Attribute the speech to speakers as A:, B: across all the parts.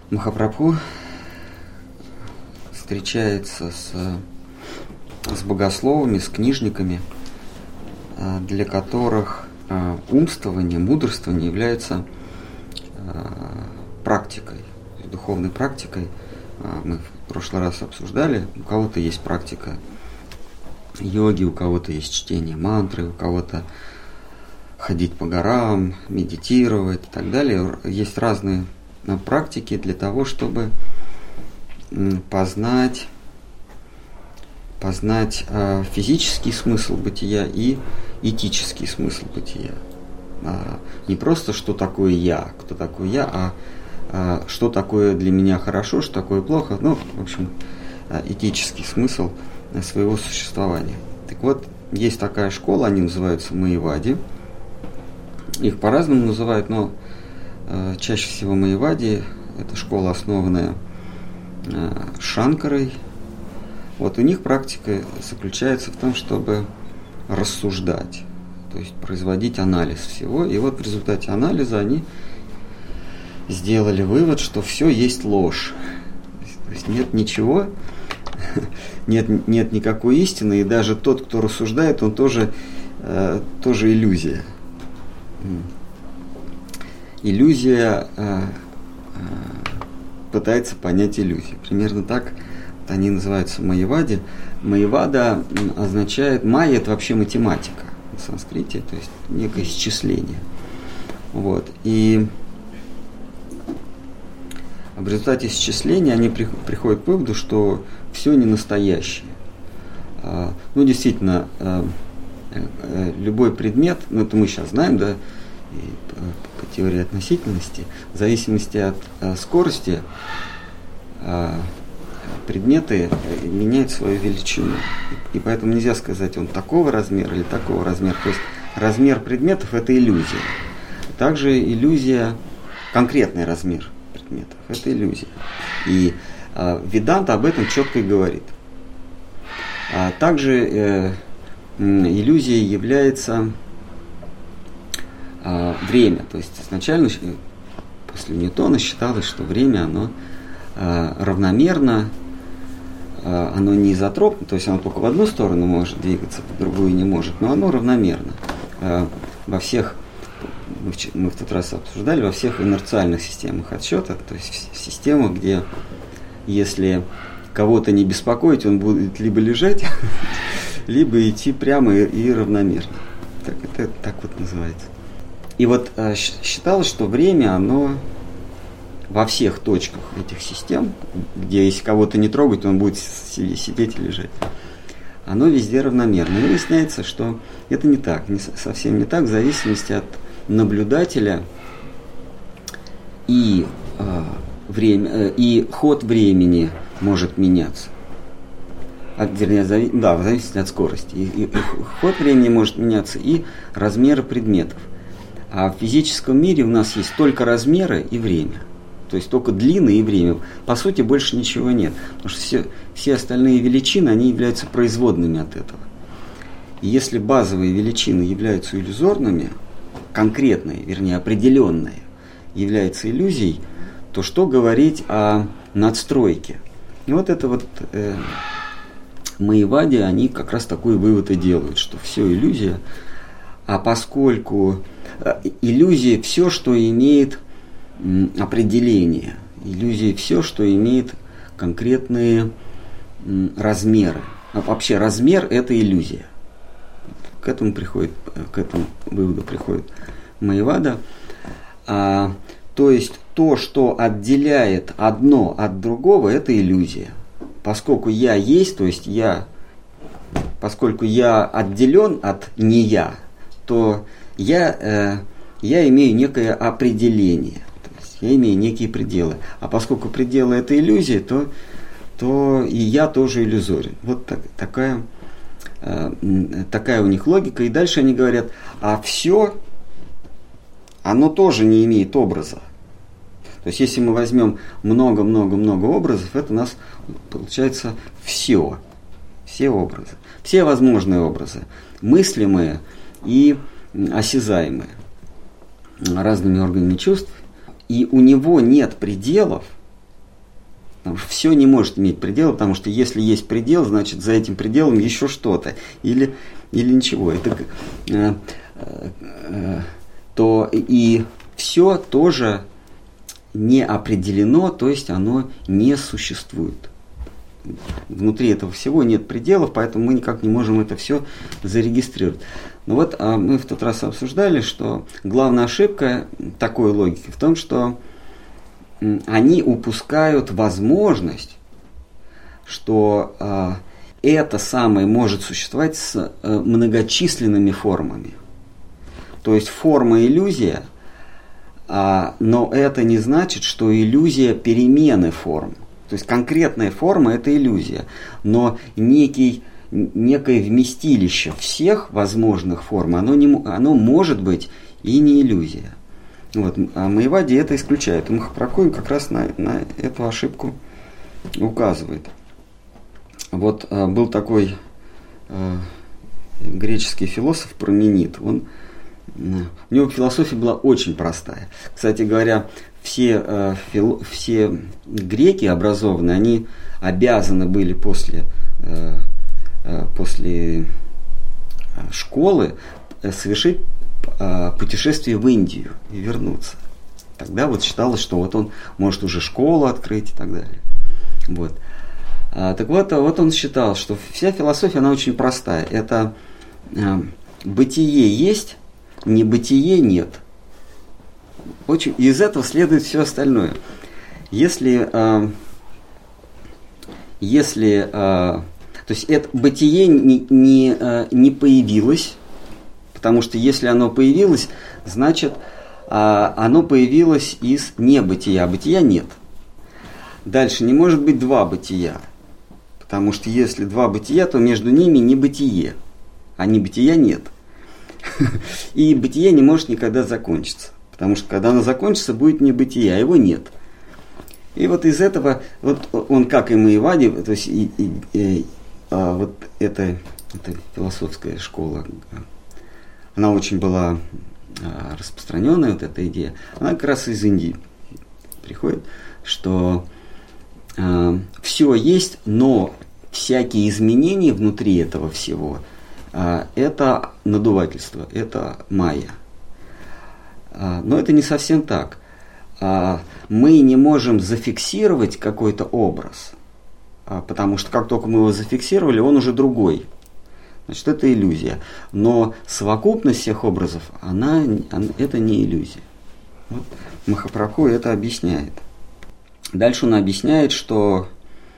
A: Махапрабху встречается с богословами, с книжниками, для которых умствование, мудрствование является практикой, духовной практикой. Мы в прошлый раз обсуждали, у кого-то есть практика йоги, у кого-то есть чтение мантры, у кого-то ходить по горам, медитировать и так далее. Есть разные практики для того, чтобы познать физический смысл бытия и этический смысл бытия. Не просто, что такое я, кто такой я, а что такое для меня хорошо, что такое плохо. Ну, в общем, этический смысл своего существования. Так вот, есть такая школа, они называются Майявади. Их по-разному называют, но чаще всего Майявади – это школа, основанная Шанкарой. Вот у них практика заключается в том, чтобы рассуждать, то есть производить анализ всего. И вот в результате анализа они сделали вывод, что все есть ложь. То есть нет ничего, нет никакой истины, и даже тот, кто рассуждает, он тоже иллюзия. Иллюзия пытается понять иллюзию. Примерно так они называются Майявади. Майявада означает, майя – это вообще математика на санскрите, то есть некое исчисление. Вот. И в результате исчисления они приходят к выводу, что все не настоящее. Ну, действительно, любой предмет, ну, это мы сейчас знаем, да, и по теории относительности, в зависимости от скорости предметы меняют свою величину. И поэтому нельзя сказать, он такого размера или такого размера. То есть размер предметов – это иллюзия. Также иллюзия, конкретный размер предметов – это иллюзия. И Веданта об этом четко и говорит. Также иллюзией является время. То есть изначально после Ньютона считалось, что время оно равномерно, оно не изотропно, то есть оно только в одну сторону может двигаться, в другую не может, но оно равномерно. Во всех, мы в тот раз обсуждали, во всех инерциальных системах отсчета, то есть в системах, где если кого-то не беспокоить, он будет либо лежать, либо идти прямо и равномерно. Так, это так вот называется. И вот считалось, что время, оно во всех точках этих систем, где если кого-то не трогать, он будет сидеть и лежать, оно везде равномерно. И выясняется, что это не так, совсем не так, в зависимости от наблюдателя и время, и ход времени может меняться. В зависимости от скорости. И ход времени может меняться, и размеры предметов. А в физическом мире у нас есть только размеры и время. То есть только длина и время. По сути, больше ничего нет. Потому что все остальные величины, они являются производными от этого. И если базовые величины являются иллюзорными, конкретные, вернее, определенные, являются иллюзией, то что говорить о надстройке? И вот это вот Майявади, они как раз такой вывод и делают, что все иллюзия, а поскольку иллюзия все, что имеет определение, иллюзия все, что имеет конкретные размеры. А вообще размер – это иллюзия. К этому выводу приходит Майявада. То есть то, что отделяет одно от другого, это иллюзия. Поскольку я есть, то есть поскольку я отделен от не я, то я имею некое определение, то есть я имею некие пределы. А поскольку пределы это иллюзия, то и я тоже иллюзорен. Вот такая у них логика. И дальше они говорят, а все, оно тоже не имеет образа. То есть если мы возьмем много-много-много образов, это у нас получается все образы, все возможные образы, мыслимые и осязаемые разными органами чувств, и у него нет пределов, Потому что все не может иметь предела, потому что если есть предел, значит за этим пределом еще что-то. Или ничего. То и все тоже не определено, то есть оно не существует. Внутри этого всего нет пределов, поэтому мы никак не можем это все зарегистрировать. Но вот мы в тот раз обсуждали, что главная ошибка такой логики в том, что они упускают возможность, что это самое может существовать с многочисленными формами. То есть форма иллюзия, но это не значит, что иллюзия перемены форм. То есть конкретная форма – это иллюзия, но некое вместилище всех возможных форм, оно может быть и не иллюзия. Вот. А Майявади это исключает. И Махапрабху как раз на эту ошибку указывает. Вот был такой греческий философ Парменид. У него философия была очень простая. Кстати говоря, все греки образованные, они обязаны были после школы совершить путешествие в Индию и вернуться. Тогда вот считалось, что вот он может уже школу открыть и так далее. Вот. Так вот он считал, что вся философия, она очень простая. Это бытие есть, небытие нет. Из этого следует все остальное. То есть это бытие не появилось, потому что если оно появилось, значит оно появилось из небытия, а бытия нет. Дальше не может быть два бытия, потому что если два бытия, то между ними небытие, а небытия нет. И бытие не может никогда закончиться. Потому что когда оно закончится, будет небытие, а его нет. И вот из этого, вот он, как и Майявади, то есть вот эта философская школа, она очень была распространенная, вот эта идея, она как раз из Индии приходит, что все есть, но всякие изменения внутри этого всего, это надувательство, это майя. Но это не совсем так. Мы не можем зафиксировать какой-то образ, потому что как только мы его зафиксировали, он уже другой. Значит, это иллюзия. Но совокупность всех образов, это не иллюзия. Вот Махапрабху это объясняет. Дальше он объясняет, что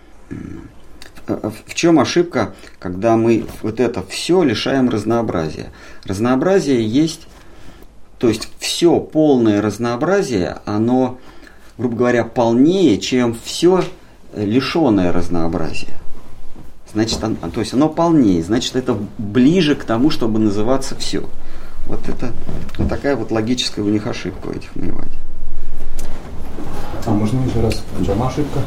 A: в чем ошибка, когда мы вот это все лишаем разнообразия. Разнообразие есть. То есть все полное разнообразие, оно, грубо говоря, полнее, чем все лишенное разнообразия. Значит, то есть оно полнее, значит, это ближе к тому, чтобы называться все. Вот это вот такая вот логическая у них ошибка у этих Майявади.
B: А можно еще раз, в чем ошибка?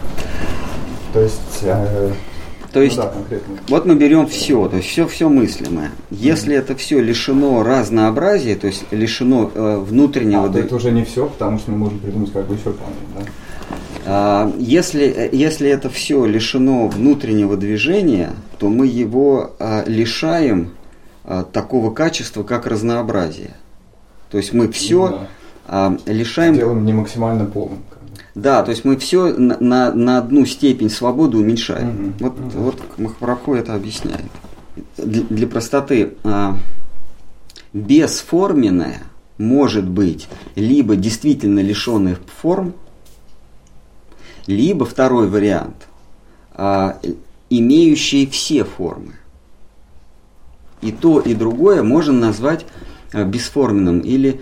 B: То есть, да,
A: вот мы берем все, то есть все мыслимое. Если это все лишено разнообразия, то есть лишено внутреннего...
B: это уже не все, потому что мы можем придумать как бы еще планы,
A: да? Если это все лишено внутреннего движения, то мы его лишаем такого качества, как разнообразие. То есть мы все лишаем...
B: Делаем не максимально полным.
A: Да, то есть мы все на одну степень свободы уменьшаем. Вот Махапрабху это объясняет. Для простоты бесформенное может быть либо действительно лишенное форм, либо второй вариант, имеющий все формы. И то, и другое можно назвать бесформенным или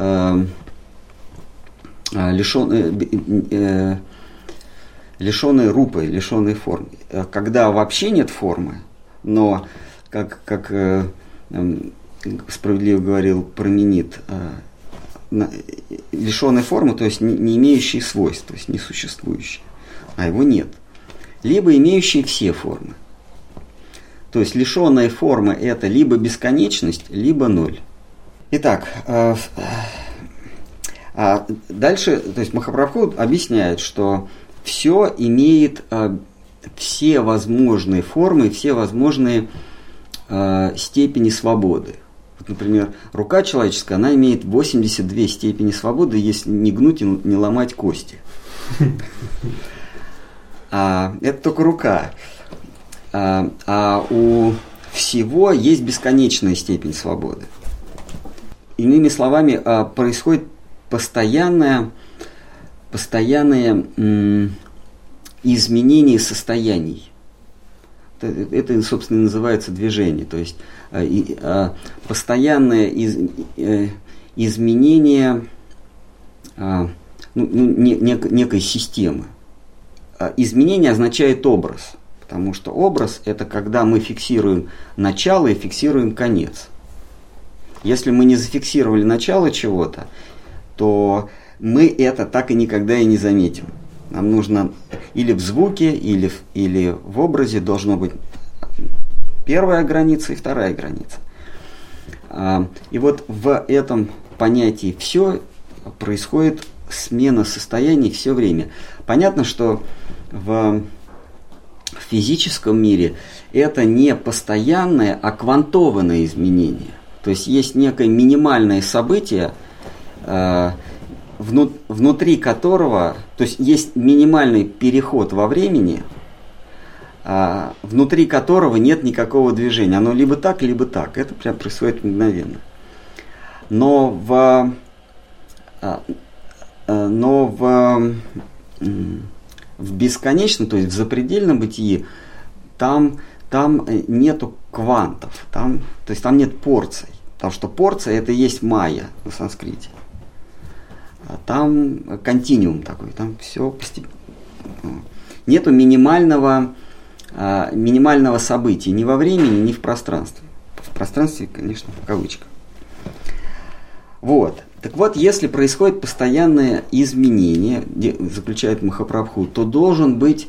A: лишенной рупой, лишенной формы. Когда вообще нет формы, но, как справедливо говорил Парменид, лишенной формы, то есть не имеющий свойств, то есть несуществующий, а его нет. Либо имеющие все формы. То есть лишенная формы – это либо бесконечность, либо ноль. Итак, дальше, то есть Махапрабху объясняет, что все имеет все возможные формы, все возможные степени свободы. Вот, например, рука человеческая, она имеет 82 степени свободы, если не гнуть и не ломать кости. Это только рука. А у всего есть бесконечная степень свободы. Иными словами, происходит постоянное изменение состояний. Это, собственно, называется движение. То есть постоянное изменение некой системы. Изменение означает образ, потому что образ – это когда мы фиксируем начало и фиксируем конец. Если мы не зафиксировали начало чего-то, то мы это так и никогда и не заметим. Нам нужно или в звуке, или в образе должно быть первая граница и вторая граница. И вот в этом понятии «все» происходит смена состояний все время. Понятно, что в физическом мире это не постоянное, а квантованное изменение. То есть есть некое минимальное событие, внутри которого, то есть есть минимальный переход во времени, внутри которого нет никакого движения. Оно либо так, либо так. Это прям происходит мгновенно. Но в бесконечном, то есть в запредельном бытии, там нету квантов, то есть там нет порций. Потому что порция это и есть майя на санскрите. А там континуум такой, там все постепенно. Нету минимального события ни во времени, ни в пространстве. В пространстве, конечно, в кавычках. Вот. Так вот, если происходит постоянное изменение, заключает Махапрабху, то должен быть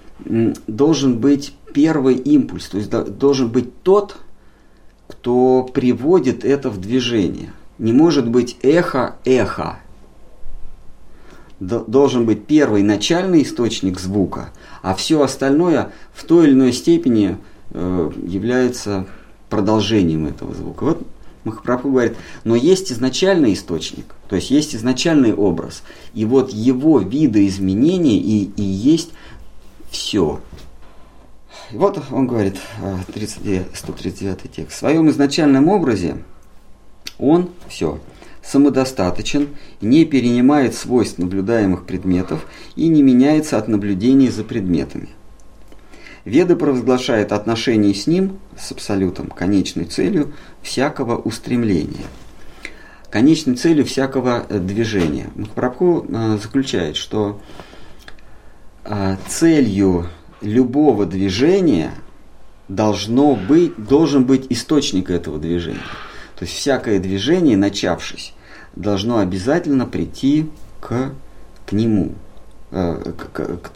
A: первый импульс, то есть должен быть тот, кто приводит это в движение. Не может быть эхо. Должен быть первый начальный источник звука, а все остальное в той или иной степени является продолжением этого звука. Вот Махапрабху говорит, но есть изначальный источник, то есть есть изначальный образ, и вот его видоизменения и есть все. И вот он говорит, 139 текст, в своем изначальном образе он все самодостаточен, не перенимает свойств наблюдаемых предметов и не меняется от наблюдений за предметами. Веда провозглашает отношение с ним, с абсолютом, конечной целью всякого устремления, конечной целью всякого движения. Махапрабху заключает, что целью любого движения должен быть источник этого движения. То есть всякое движение, начавшись, должно обязательно прийти к нему, к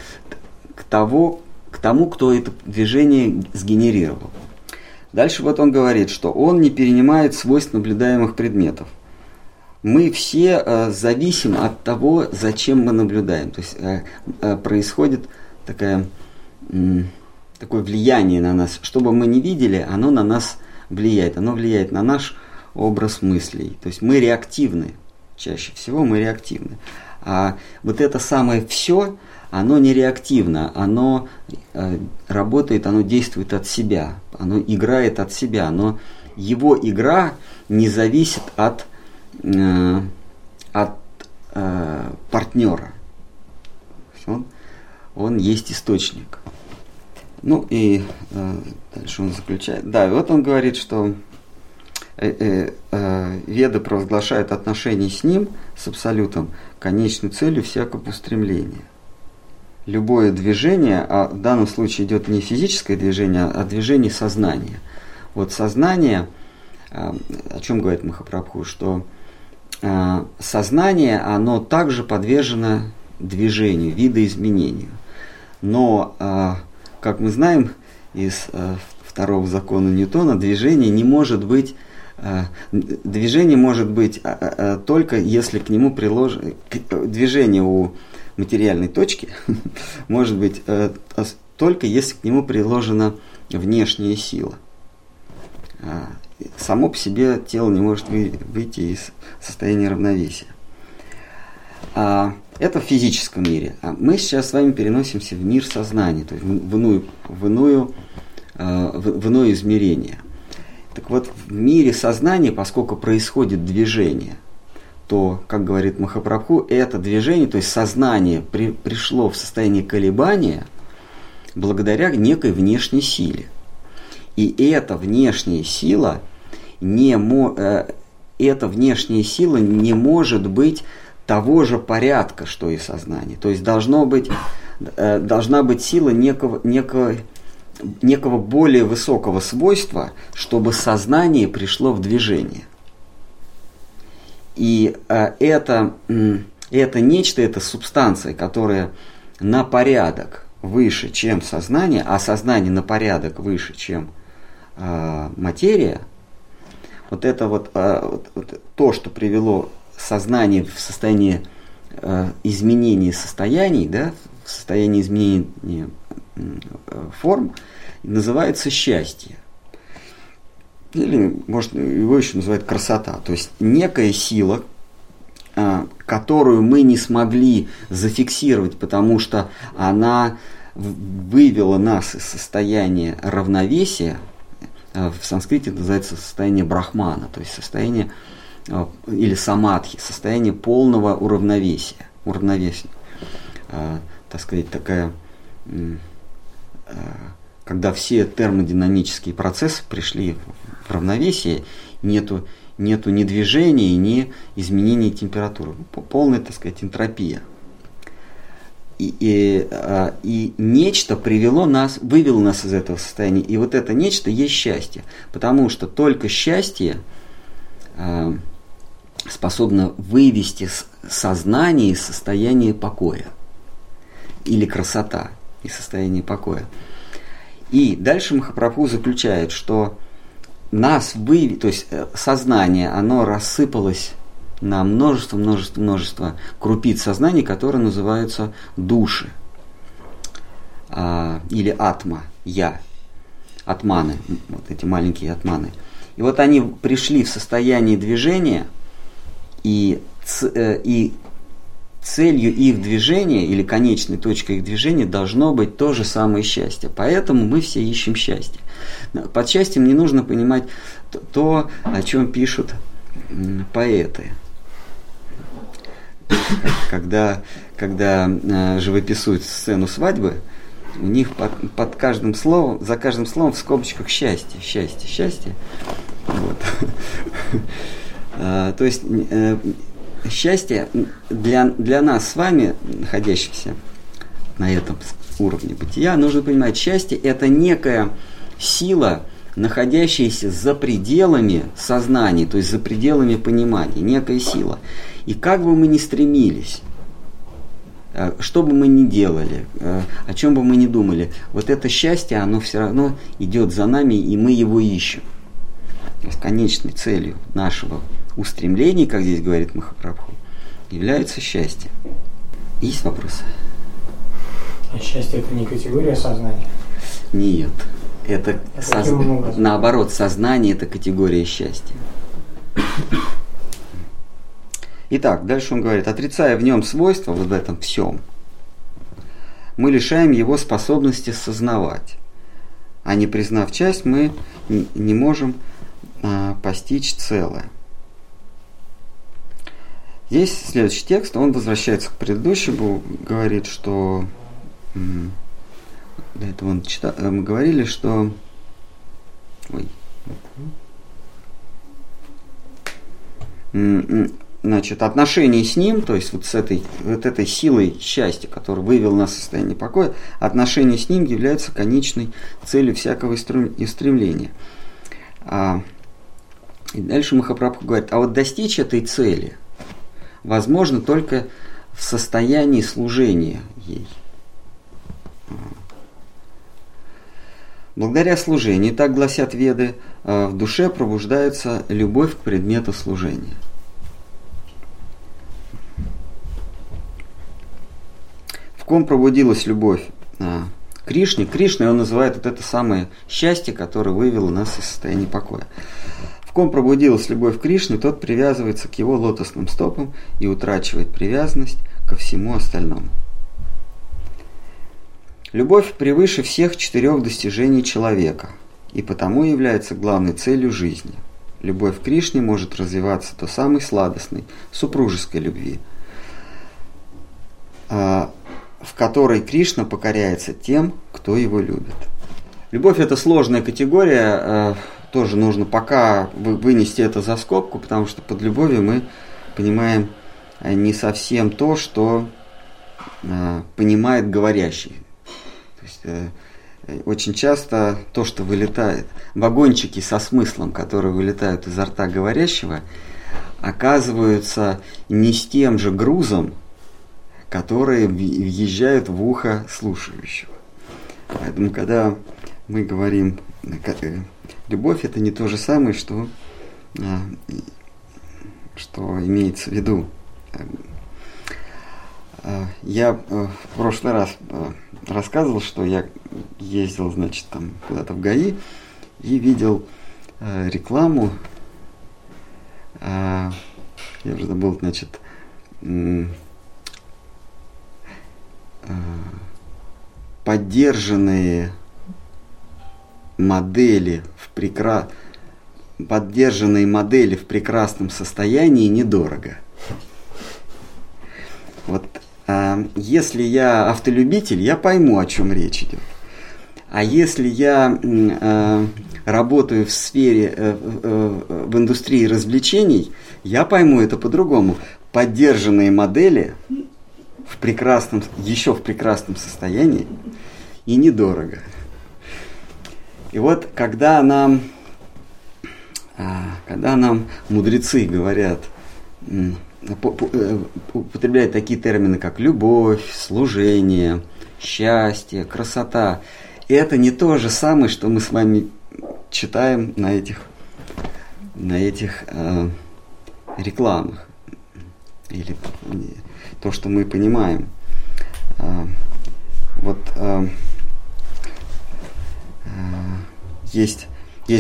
A: тому, кто это движение сгенерировал. Дальше вот он говорит, что он не перенимает свойств наблюдаемых предметов. Мы все зависим от того, зачем мы наблюдаем. То есть происходит такое влияние на нас. Что бы мы ни видели, оно на нас влияет. Оно влияет на наш образ мыслей. То есть мы реактивны. Чаще всего мы реактивны. А вот это самое «все», оно не реактивно, оно работает, оно действует от себя, оно играет от себя, но его игра не зависит от партнера. Он есть источник. Ну и дальше он заключает. Да, и вот он говорит, что Веда провозглашает отношения с ним, с абсолютом, конечной целью всякого устремления. Любое движение, а в данном случае идет не физическое движение, а движение сознания. Вот сознание, о чем говорит Махапрабху, что сознание, оно также подвержено движению, видоизменению. Но, как мы знаем из второго закона Ньютона, движение может быть только если к нему приложено. Движение у материальной точки может быть только если к нему приложена внешняя сила. Само по себе тело не может выйти из состояния равновесия. Это в физическом мире. А мы сейчас с вами переносимся в мир сознания, то есть в иное измерение. Так вот, в мире сознания, поскольку происходит движение, то, как говорит Махапрабху, это движение, то есть сознание пришло в состояние колебания благодаря некой внешней силе. И эта внешняя сила не может быть того же порядка, что и сознание. То есть должна быть сила некого более высокого свойства, чтобы сознание пришло в движение. И это нечто, это субстанция, которая на порядок выше, чем сознание, а сознание на порядок выше, чем материя. Вот это то, что привело сознание в состояние изменения состояний, да, в состоянии изменения форм, называется счастье. Или, может, его еще называют красота. То есть некая сила, которую мы не смогли зафиксировать, потому что она вывела нас из состояния равновесия. В санскрите это называется состояние брахмана, то есть состояние или самадхи, состояние полного уравновесия. Так сказать, такая, когда все термодинамические процессы пришли в равновесие, нету ни движения, ни изменения температуры. Полная, так сказать, энтропия. И нечто вывело нас из этого состояния. И вот это нечто есть счастье. Потому что только счастье способно вывести сознание из состояния покоя. Или красота из состояния покоя. И дальше Махапрабху заключает, что то есть сознание, оно рассыпалось на множество крупиц сознания, которые называются души. Или атма, я. Атманы, вот эти маленькие атманы. И вот они пришли в состояние движения, и целью их движения, или конечной точкой их движения, должно быть то же самое счастье. Поэтому мы все ищем счастье. Под счастьем не нужно понимать то, о чем пишут поэты. Когда живописуют сцену свадьбы, у них под каждым словом, за каждым словом в скобочках счастье. Вот. То есть счастье для нас с вами, находящихся на этом уровне бытия, нужно понимать, счастье – это некая сила, находящаяся за пределами сознания, то есть за пределами понимания, некая сила. И как бы мы ни стремились, что бы мы ни делали, о чем бы мы ни думали, вот это счастье, оно все равно идет за нами, и мы его ищем. То есть конечной целью нашего устремления, как здесь говорит Махапрабху, является счастье. Есть вопросы?
C: А счастье – это не категория сознания?
A: Нет. Это наоборот, сознание – это категория счастья. Итак, дальше он говорит, отрицая в нем свойства, вот в этом всем, мы лишаем его способности сознавать. А не признав часть, мы не можем постичь целое. Здесь следующий текст, он возвращается к предыдущему, говорит, что до этого мы говорили, что значит, отношение с ним, то есть вот с этой силой счастья, которая вывела нас в состояние покоя, отношение с ним является конечной целью всякого стремления. И дальше Махапрабху говорит, а вот достичь этой цели возможно только в состоянии служения ей. Благодаря служению, так гласят Веды, в душе пробуждается любовь к предмету служения. ком пробудилась любовь к Кришне? Кришной он называет вот это самое счастье, которое вывело нас из состояния покоя. В ком пробудилась любовь к Кришне, тот привязывается к его лотосным стопам и утрачивает привязанность ко всему остальному. Любовь превыше всех 4 достижений человека и потому является главной целью жизни. Любовь к Кришне может развиваться до самой сладостной супружеской любви, в которой Кришна покоряется тем, кто его любит. Любовь – это сложная категория, тоже нужно пока вынести это за скобку, потому что под любовью мы понимаем не совсем то, что понимает говорящий. То есть, очень часто то, что вылетает, вагончики со смыслом, которые вылетают изо рта говорящего, оказываются не с тем же грузом, которые въезжают в ухо слушающего. Поэтому, когда мы говорим, любовь – это не то же самое, что имеется в виду. Я в прошлый раз рассказывал, что я ездил, значит, там куда-то в ГАИ и видел рекламу. Я уже забыл, значит, поддержанные модели в прекрасном состоянии недорого. Вот если я автолюбитель, я пойму, о чем речь идет. А если я работаю в сфере, в индустрии развлечений, я пойму это по-другому. Поддержанные модели еще в прекрасном состоянии и недорого. И вот когда нам мудрецы говорят, употребляют такие термины, как любовь, служение, счастье, красота, это не то же самое, что мы с вами читаем на этих рекламах, или то, что мы понимаем. Вот есть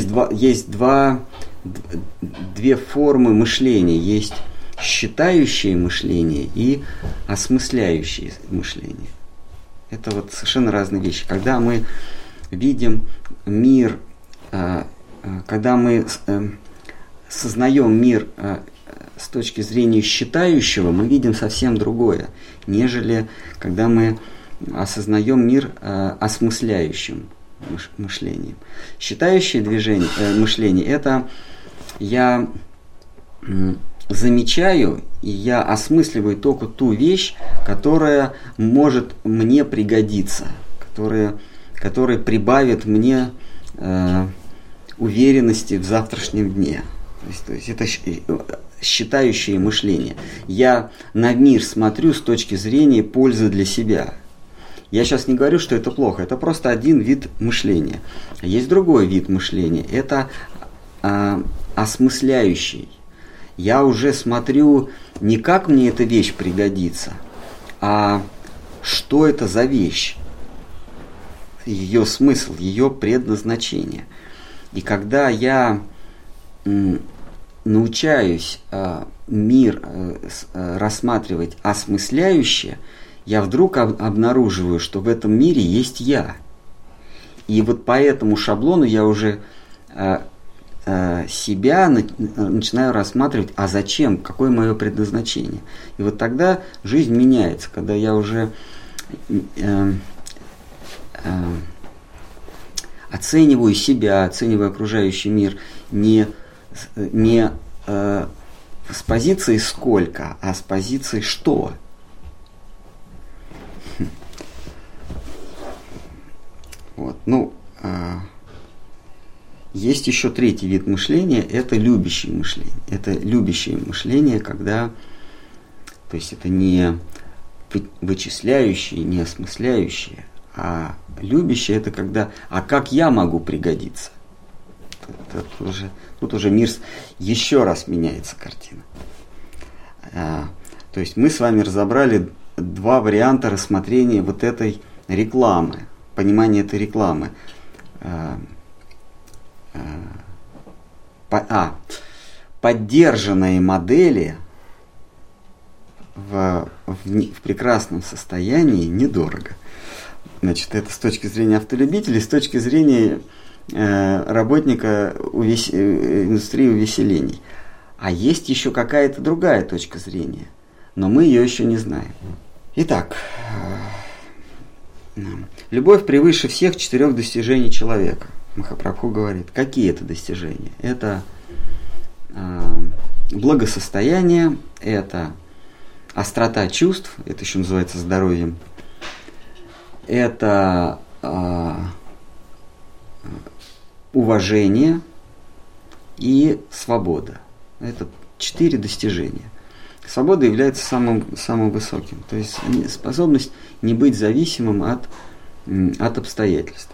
A: две формы мышления. Есть считающее мышление и осмысляющее мышление. Это вот совершенно разные вещи. Когда мы видим мир, когда мы сознаем мир с точки зрения считающего, мы видим совсем другое, нежели когда мы осознаем мир осмысляющим мышлением. Считающее мышление – это я замечаю и я осмысливаю только ту вещь, которая может мне пригодиться, которая прибавит мне уверенности в завтрашнем дне. То есть это считающее мышление. Я на мир смотрю с точки зрения пользы для себя. Я сейчас не говорю, что это плохо, это просто один вид мышления. Есть другой вид мышления, это осмысляющий. Я уже смотрю не как мне эта вещь пригодится, а что это за вещь, ее смысл, ее предназначение. И когда я научаюсь мир рассматривать осмысляюще, я вдруг обнаруживаю, что в этом мире есть я. И вот по этому шаблону я уже себя начинаю рассматривать, а зачем, какое мое предназначение. И вот тогда жизнь меняется, когда я уже оцениваю себя, оцениваю окружающий мир не с позиции сколько, а с позиции что. Вот. Есть еще третий вид мышления, это любящее мышление. Это любящее мышление, когда, то есть это не вычисляющее, не осмысляющее, а любящее это когда, а как я могу пригодиться? Тут уже мир, еще раз меняется картина. То есть мы с вами разобрали два варианта рассмотрения вот этой рекламы, понимания этой рекламы. Поддержанные модели в прекрасном состоянии недорого. Значит, это с точки зрения автолюбителей, с точки зрения работника индустрии увеселений. А есть еще какая-то другая точка зрения, но мы ее еще не знаем. Итак, любовь превыше всех 4 достижений человека. Махапрабху говорит, какие это достижения? Это благосостояние, это острота чувств, это еще называется здоровьем, это уважение и свобода. Это 4 достижения. Свобода является самым высоким, то есть способность не быть зависимым от обстоятельств.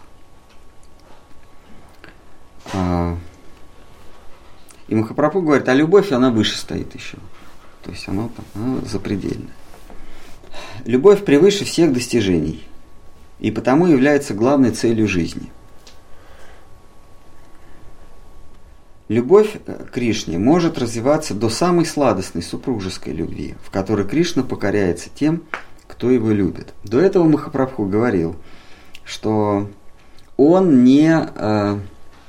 A: И Махапрабху говорит, а любовь, она выше стоит еще. То есть она запредельная. Любовь превыше всех достижений, и потому является главной целью жизни. Любовь к Кришне может развиваться до самой сладостной супружеской любви, в которой Кришна покоряется тем, кто его любит. До этого Махапрабху говорил, что он не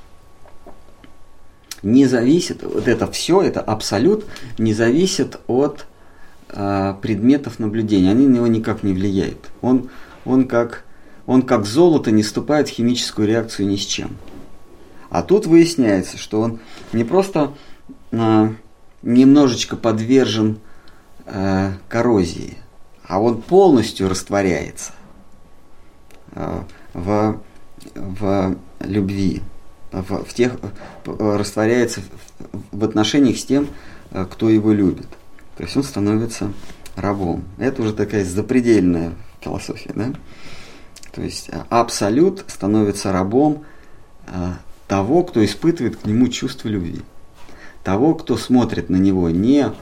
A: зависит, вот это все, это абсолют, не зависит от предметов наблюдения. Они на него никак не влияют. Он как золото не вступает в химическую реакцию ни с чем. А тут выясняется, что он не просто немножечко подвержен коррозии, а он полностью растворяется в любви, растворяется в отношениях с тем, кто его любит. То есть он становится рабом. Это уже такая запредельная философия, да? То есть абсолют становится рабом того, кто испытывает к нему чувство любви. Того, кто смотрит на него не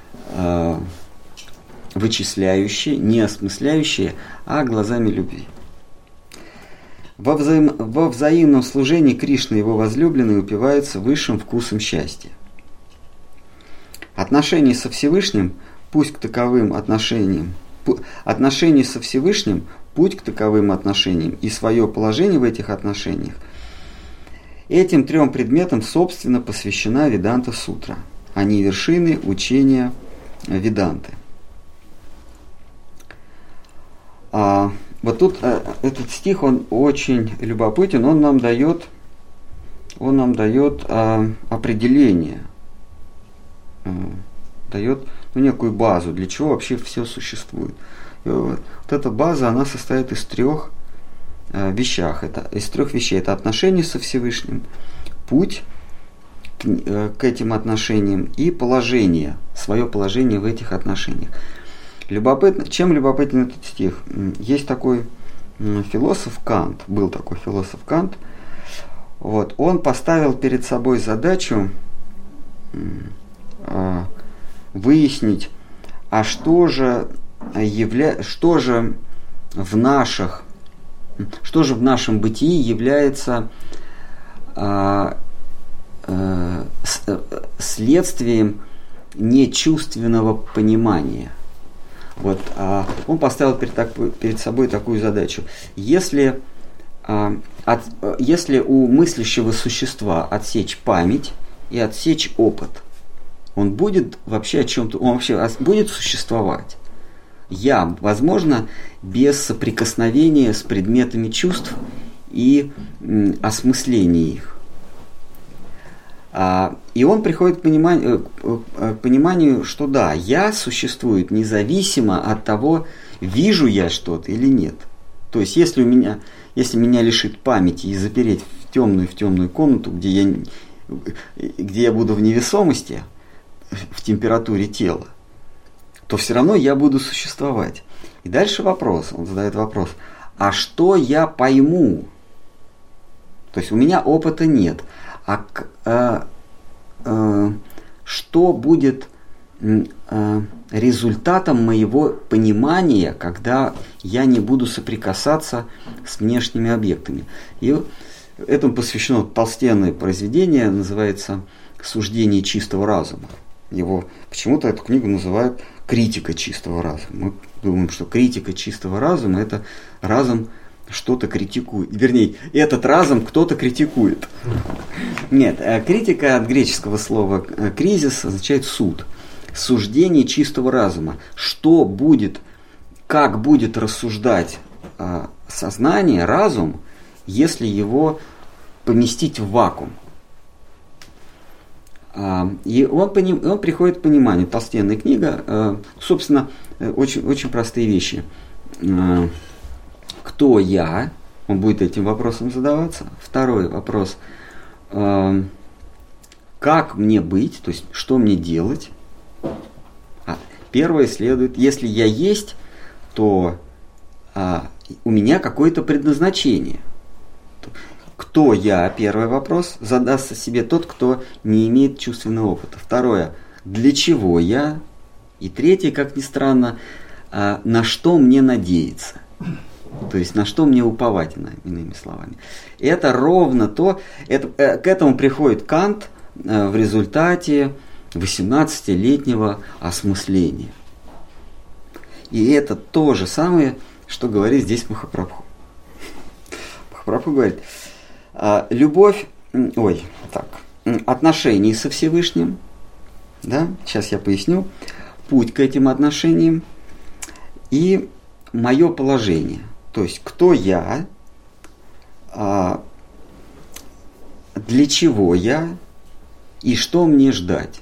A: вычисляющие, не осмысляющие, а глазами любви. Во взаимном служении Кришна и его возлюбленные упиваются высшим вкусом счастья. Отношения со Всевышним, путь к таковым отношениям, отношения со Всевышним, путь к таковым отношениям и свое положение в этих отношениях. Этим 3 предметам, собственно, посвящена Веданта-сутра. Они вершины учения Веданты. Вот тут этот стих, он очень любопытен, он нам дает определение, дает некую базу, для чего вообще все существует. И вот эта база, она состоит из 3 вещей. Это отношения со Всевышним, путь к этим отношениям и положение, свое положение в этих отношениях. Чем любопытен этот стих? Есть такой философ Кант, был такой философ Кант. Вот, он поставил перед собой задачу выяснить, а что же в нашем бытии является следствием нечувственного понимания. Вот, он поставил перед собой такую задачу. Если у мыслящего существа отсечь память и отсечь опыт, он будет вообще будет существовать. Возможно, без соприкосновения с предметами чувств и осмысления их. И он приходит к пониманию, что да, я существует независимо от того, вижу я что-то или нет. То есть, если меня лишит памяти и запереть в темную комнату, где я буду в невесомости, в температуре тела, то все равно я буду существовать. И дальше он задает вопрос, а что я пойму? То есть у меня опыта нет. Что будет результатом моего понимания, когда я не буду соприкасаться с внешними объектами. И этому посвящено толстенное произведение, называется «Суждение чистого разума». Его почему-то эту книгу называют «Критика чистого разума». Мы думаем, что критика чистого разума – это разум что-то критикует. Вернее, этот разум кто-то критикует. Нет, критика от греческого слова «кризис» означает «суд». Суждение чистого разума. Что будет, как будет рассуждать сознание, разум, если его поместить в вакуум. И он приходит к пониманию. Толстенная книга, собственно, очень, очень простые вещи. Кто я? Он будет этим вопросом задаваться. Второй вопрос. Как мне быть? То есть, что мне делать? Первое следует, если я есть, то у меня какое-то предназначение. Кто я? Первый вопрос. Задастся себе тот, кто не имеет чувственного опыта. Второе. Для чего я? И третье, как ни странно, на что мне надеяться? То есть, на что мне уповать, иными словами. Это ровно то, к этому приходит Кант в результате 18-летнего осмысления. И это то же самое, что говорит здесь Махапрабху. Махапрабху говорит, отношения со Всевышним, да, сейчас я поясню, путь к этим отношениям и мое положение. То есть, кто я, для чего я и что мне ждать.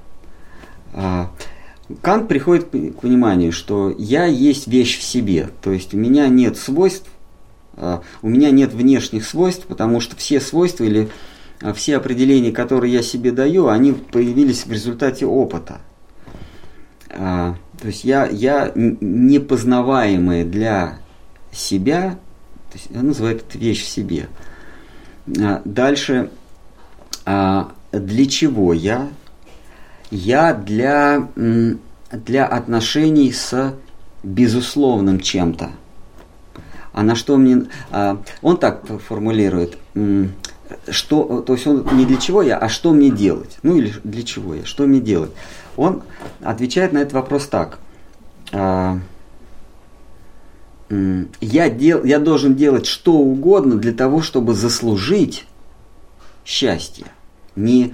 A: Кант приходит к пониманию, что я есть вещь в себе, то есть у меня нет свойств, у меня нет внешних свойств, потому что все свойства или все определения, которые я себе даю, они появились в результате опыта. То есть я непознаваемая для себя, то есть он называет это вещь в себе. Дальше, для чего я? Я для отношений с безусловным чем-то. А на что мне... Он так формулирует, что, то есть он не для чего я, а что мне делать. Ну или для чего я, что мне делать. Он отвечает на этот вопрос так. Я должен делать что угодно для того, чтобы заслужить счастье. Не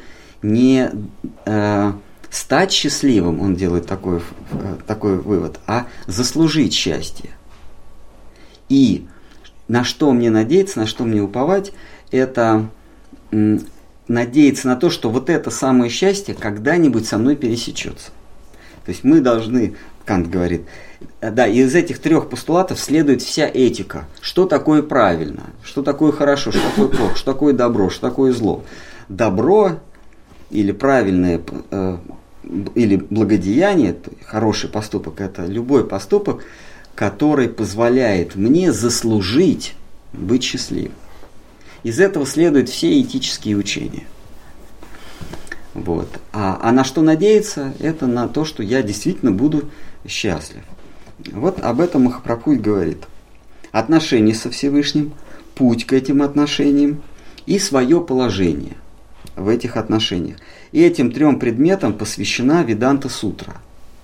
A: стать счастливым, он делает такой вывод, а заслужить счастье. И на что мне надеяться, на что мне уповать, это надеяться на то, что вот это самое счастье когда-нибудь со мной пересечется. То есть мы должны, Кант говорит, да, из этих трех постулатов следует вся этика. Что такое правильно, что такое хорошо, что такое плохо, что такое добро, что такое зло. Добро или правильное, или благодеяние, хороший поступок, это любой поступок, который позволяет мне заслужить быть счастливым. Из этого следуют все этические учения. Вот. А на что надеяться? Это на то, что я действительно буду счастлив. Вот об этом Махапрабху и говорит. Отношения со Всевышним, путь к этим отношениям и свое положение в этих отношениях. И этим трем предметам посвящена Веданта-сутра.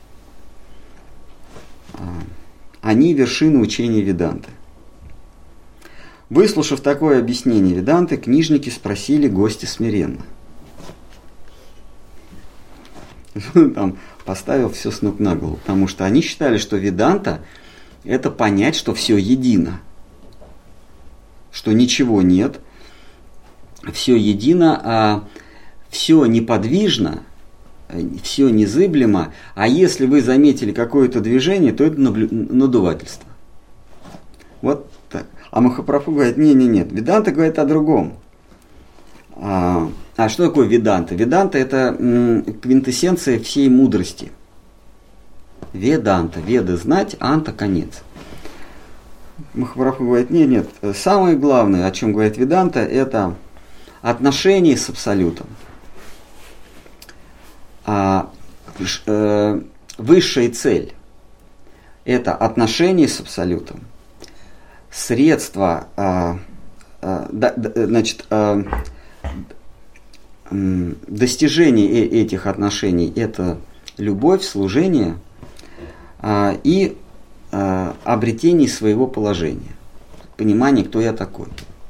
A: Они вершины учения Веданты. Выслушав такое объяснение Веданты, книжники спросили гостя смиренно. Там поставил все с ног на голову, потому что они считали, что Веданта – это понять, что все едино, что ничего нет, все едино, а все неподвижно, все незыблемо, а если вы заметили какое-то движение, то это надувательство. Вот так. А Махапрабху говорит, нет, Веданта говорит о другом. А что такое Веданта? Веданта – это квинтэссенция всей мудрости. Веданта, веды знать, анта – конец. Махапрабху говорит, нет, самое главное, о чем говорит Веданта, это отношения с Абсолютом. высшая цель – это отношение с Абсолютом, средство, достижение этих отношений – это любовь, служение и обретение своего положения, понимание, кто я такой.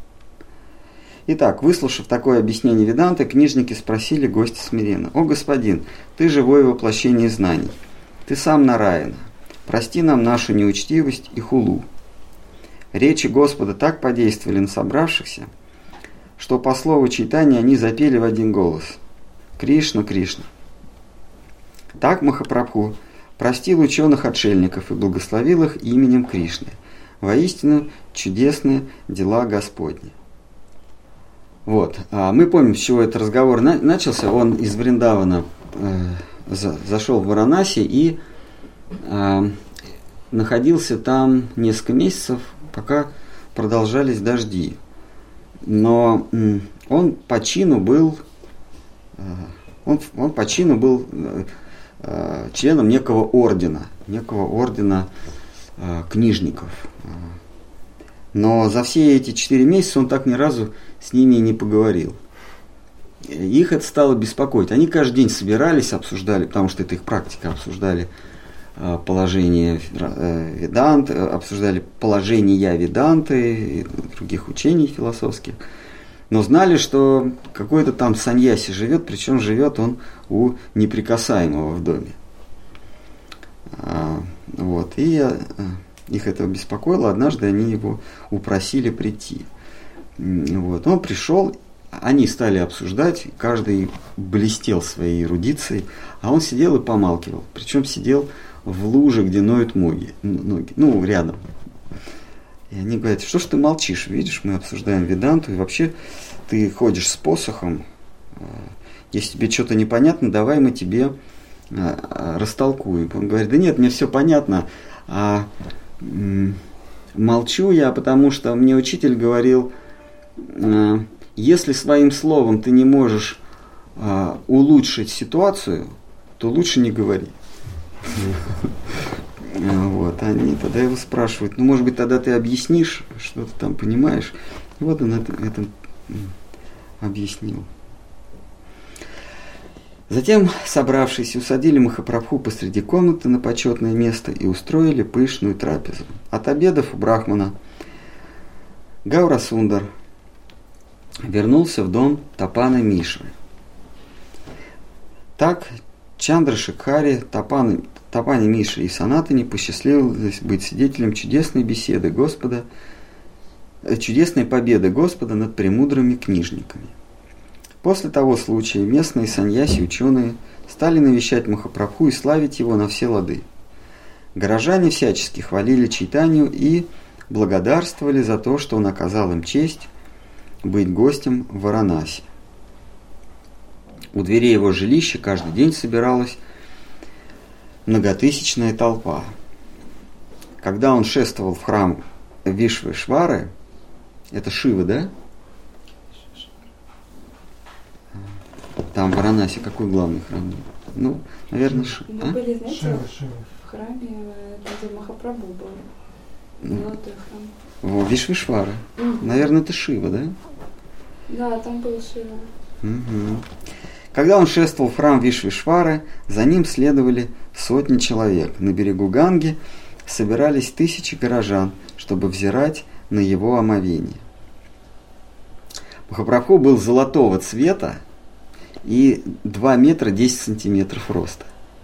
A: Итак, выслушав такое объяснение Веданты, книжники спросили гостя смиренно: «О, господин, ты живое воплощение знаний, ты сам Нараяна, прости нам нашу неучтивость и хулу». Речи Господа так подействовали на собравшихся, что по слову Чайтаньи они запели в один голос: «Кришна, Кришна». Так Махапрабху простил ученых-отшельников и благословил их именем Кришны. Воистину чудесные дела Господни. Вот. Мы помним, с чего этот разговор начался. Он из Вриндавана зашел в Варанаси и находился там несколько месяцев, пока продолжались дожди. Но он по чину был членом некого ордена книжников. Но за все эти 4 месяца он так ни разу с ними и не поговорил. Их это стало беспокоить. Они каждый день собирались, обсуждали, потому что это их практика, обсуждали положение Веданты, обсуждали положение Веданты и других учений философских. Но знали, что какой-то там саньяси живет, причем живет он у неприкасаемого в доме. Вот. И их это беспокоило. Однажды они его упросили прийти. Вот. Он пришел, они стали обсуждать, каждый блестел своей эрудицией, а он сидел и помалкивал. Причем сидел в луже, где ноют ноги, рядом. И они говорят: что ж ты молчишь, видишь, мы обсуждаем Веданту, и вообще ты ходишь с посохом, если тебе что-то непонятно, давай мы тебе растолкуем. Он говорит: да нет, мне все понятно, молчу я, потому что мне учитель говорил, если своим словом ты не можешь улучшить ситуацию, то лучше не говори. Вот, они тогда его спрашивают: ну, может быть, тогда ты объяснишь, что ты там понимаешь. И вот он это объяснил. Затем, собравшись, усадили Махапрабху посреди комнаты на почетное место и устроили пышную трапезу. От обедов у брахмана Гаурасундар вернулся в дом Тапаны Мишры. Так Чандрашекхаре, Тапане Мишре и Санатане посчастливилось быть свидетелем чудесной беседы Господа, чудесной победы Господа над премудрыми книжниками. После того случая местные саньяси, ученые, стали навещать Махапрабху и славить его на все лады. Горожане всячески хвалили Чайтанью и благодарствовали за то, что он оказал им честь быть гостем в Варанаси. У дверей его жилища каждый день собиралась многотысячная толпа. Когда он шествовал в храм Вишвешвары, это Шивы, да? Там в Варанаси какой главный храм? Ну, наверное, Шива.
D: Мы были, знаете, в храме, где Махапрабху был. Золотой храм.
A: Вишвешвара. Наверное, это Шива, да?
D: Да, там был Шива.
A: Угу. Когда он шествовал в храм Вишвешвары, за ним следовали сотни человек. На берегу Ганги собирались тысячи горожан, чтобы взирать на его омовение. Махапрабху был золотого цвета и 2 метра 10 сантиметров роста.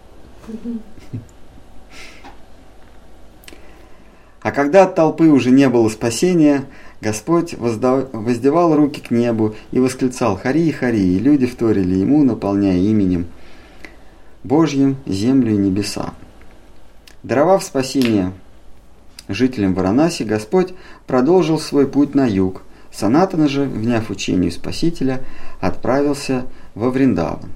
A: А когда от толпы уже не было спасения, Господь воздевал руки к небу и восклицал: «Хари, Хари!» И люди вторили ему, наполняя именем Божьим землю и небеса. Даровав спасение жителям Варанаси, Господь продолжил свой путь на юг. Санатана же, вняв учению Спасителя, отправился во Вриндаван.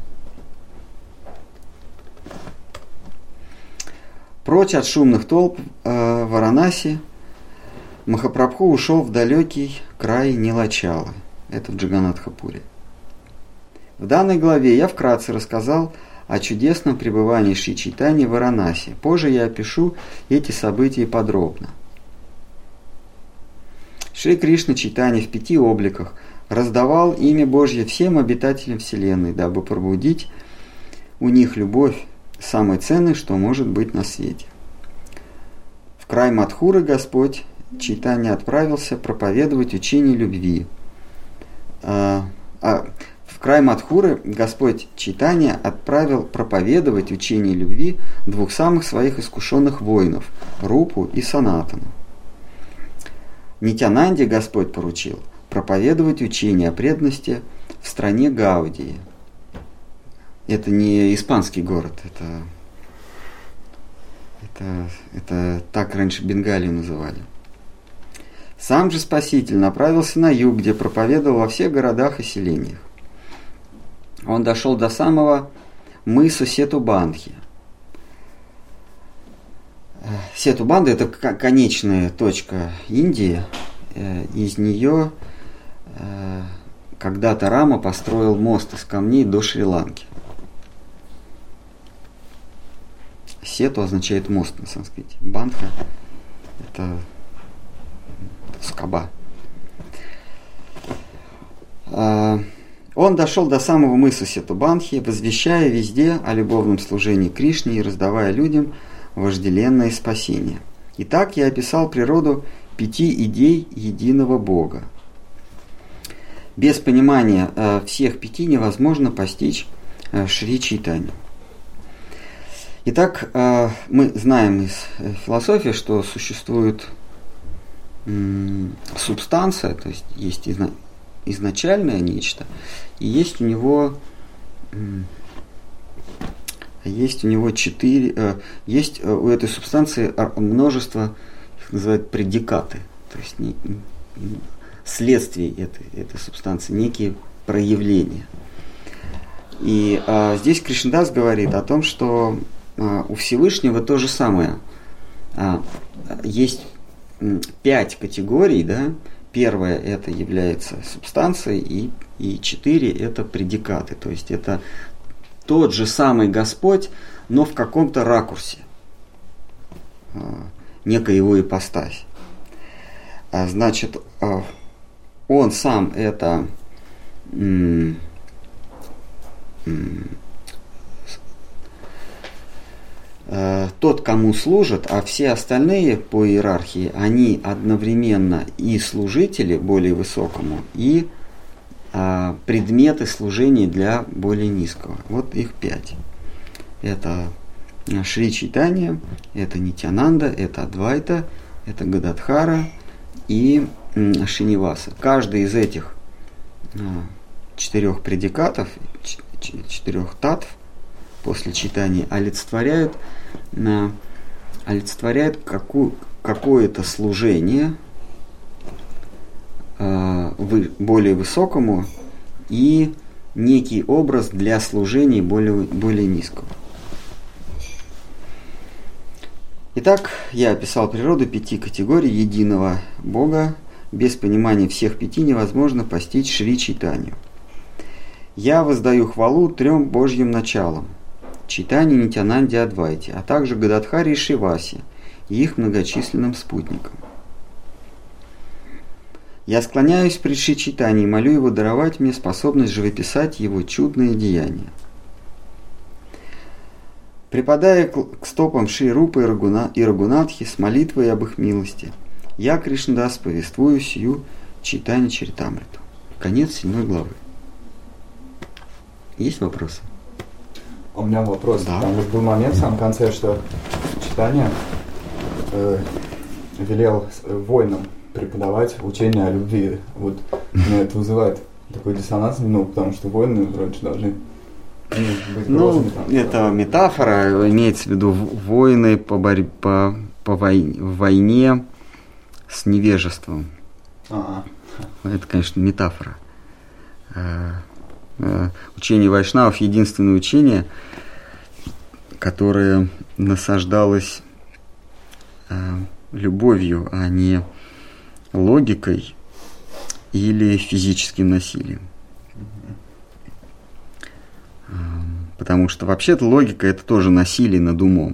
A: Прочь от шумных толп Варанаси Махапрабху ушел в далекий край Нилачала, это в Джаганатхапуре. В данной главе я вкратце рассказал о чудесном пребывании Шри Чайтаньи в Варанаси. Позже я опишу эти события подробно. Шри Кришна Чайтанья в 5 обликах раздавал имя Божье всем обитателям Вселенной, дабы пробудить у них любовь, самое ценное, что может быть на свете. В край Мадхуры Господь Чайтанья отправился проповедовать учение любви. В край Мадхуры Господь Чайтанья отправил проповедовать учение любви 2 самых своих искушенных воинов – Рупу и Санатану. Нитянанде Господь поручил проповедовать учение о преданности в стране Гаудии. Это не испанский город, это так раньше Бенгалию называли. Сам же Спаситель направился на юг, где проповедовал во всех городах и селениях. Он дошел до самого мыса Сетубандхи. Сетубанда – это конечная точка Индии. Из нее когда-то Рама построил мост из камней до Шри-Ланки. Сету означает мост на санскрите. Бандха – это скоба. Он дошел до самого мыса Сетубандхи, возвещая везде о любовном служении Кришне и раздавая людям вожделенное спасение. Итак, я описал природу 5 идей единого Бога. Без понимания всех 5 невозможно постичь Шри Чайтанью. Итак, мы знаем из философии, что существует субстанция, то есть есть изначальное нечто, и есть у него 4, есть у этой субстанции множество, их называют предикаты, то есть следствие этой субстанции, некие проявления. И здесь Кришнадас говорит о том, что у Всевышнего то же самое. Есть 5 категорий, да? Первое это является субстанцией, и 4 это предикаты, то есть это тот же самый Господь, но в каком-то ракурсе, некая его ипостась. Значит, он сам это тот, кому служат, а все остальные по иерархии, они одновременно и служители более высокому, и предметы служения для более низкого. Вот их 5. Это Шри Чайтанья, это Нитянанда, это Адвайта, это Гададхара и Шиниваса. Каждый из этих 4 предикатов, 4 татв после читания олицетворяет какое-то служение более высокому и некий образ для служения более низкого. Итак, я описал природу 5 категорий единого Бога. Без понимания всех 5 невозможно постичь Шри Чайтанью. Я воздаю хвалу 3 Божьим началам – Чайтанье, Нитянанде, Адвайте, а также Гададхаре и Шивасе и их многочисленным спутникам. Я склоняюсь пред Шри Чайтаньей и молю его даровать мне способность живописать его чудные деяния. Припадая к стопам Шри Рупы и Рагунатхи с молитвой об их милости, я, Кришнадас, повествую сию Чайтанья Чаритамриту. Конец 7 главы. Есть вопросы?
B: У меня вопрос.
A: Да.
B: Там вот был момент в самом конце, что Чайтанья велел воинам преподавать учение о любви. Вот меня это вызывает такой диссонанс, потому что воины вроде должны быть грозными.
A: Это метафора, имеется в виду воины в войне с невежеством. Это, конечно, метафора. Учение вайшнавов – единственное учение, которое насаждалось любовью, а не логикой или физическим насилием. Потому что вообще-то логика – это тоже насилие над умом.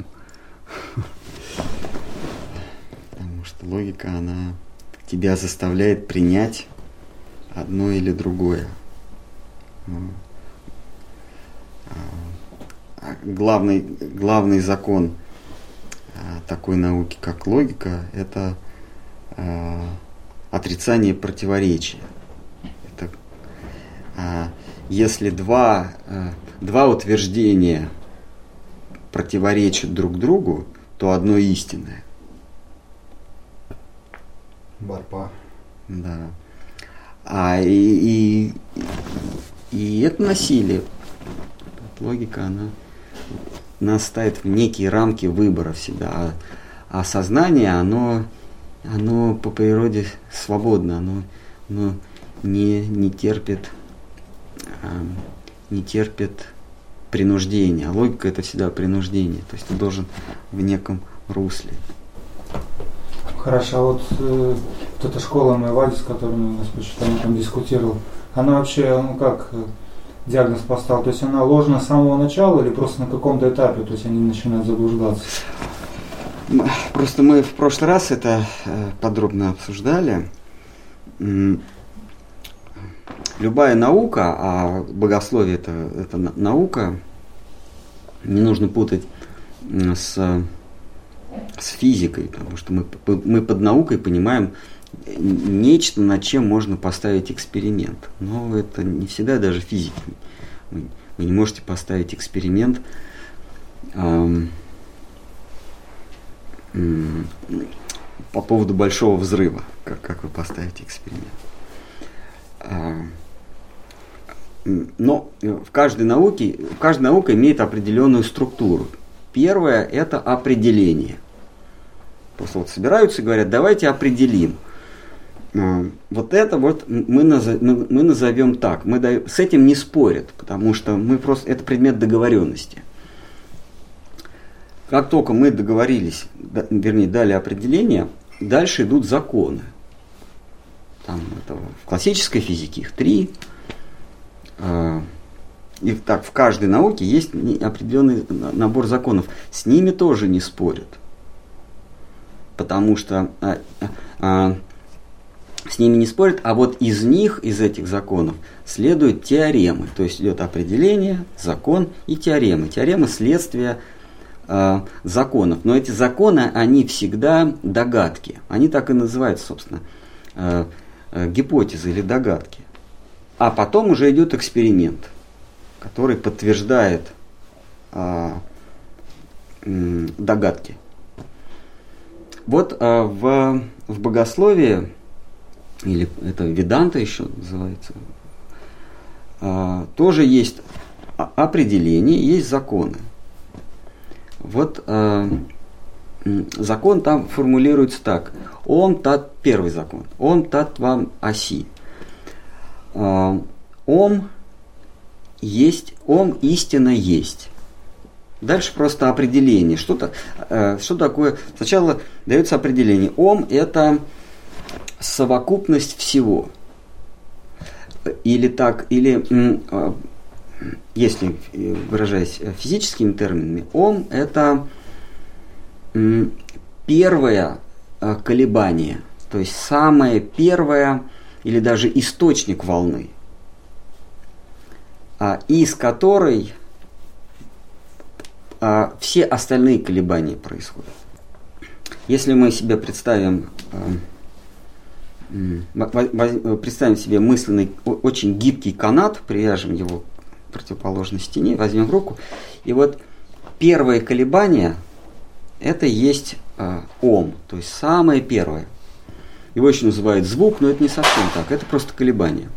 A: Потому что логика, она тебя заставляет принять одно или другое. Главный закон такой науки, как логика, это отрицание противоречия. Это, если два утверждения противоречат друг другу, то одно истинное.
B: Борьба.
A: Да. И это насилие. Логика, она нас ставит в некие рамки выбора всегда. А сознание, оно по природе свободно, оно не терпит принуждения. А логика – это всегда принуждение. То есть ты должен в неком русле.
E: Хорошо, а вот эта школа Майвади, с которой у нас там дискутировал, она вообще, как диагноз поставил? То есть она ложна с самого начала или просто на каком-то этапе, то есть они начинают заблуждаться?
A: Просто мы в прошлый раз это подробно обсуждали. Любая наука, а богословие это наука, не нужно путать с физикой, потому что мы под наукой понимаем нечто, над чем можно поставить эксперимент. Но это не всегда даже физики. Вы не можете поставить эксперимент по поводу большого взрыва. Как вы поставите эксперимент? Но каждая наука имеет определенную структуру. Первое – это определение. Просто вот собираются и говорят, давайте определим. Вот это вот мы назовем так. С этим не спорят, потому что это предмет договоренности. Как только мы договорились, дали определение, дальше идут законы. Там это в классической физике их 3. И так в каждой науке есть определенный набор законов. С ними тоже не спорят. Потому что с ними не спорят, а вот из этих законов, следуют теоремы. То есть идет определение, закон и теоремы. Теоремы – следствие законов. Но эти законы, они всегда догадки. Они так и называются, собственно, гипотезы или догадки. А потом уже идет эксперимент, который подтверждает догадки. Вот в богословии, или это веданта еще называется, тоже есть определение, есть законы. Вот закон там формулируется так. Первый закон. Ом татвам аси. Ом истина есть. Дальше просто определение. Что такое? Сначала дается определение. Ом – это совокупность всего. Или если выражаясь физическими терминами, ом – это первое колебание, то есть самое первое или даже источник волны, из которой все остальные колебания происходят. Если мы себе представим себе мысленный, очень гибкий канат, привяжем его к противоположной стене, возьмем руку, и вот первое колебание – это есть ом, то есть самое первое. Его еще называют звук, но это не совсем так, это просто колебание.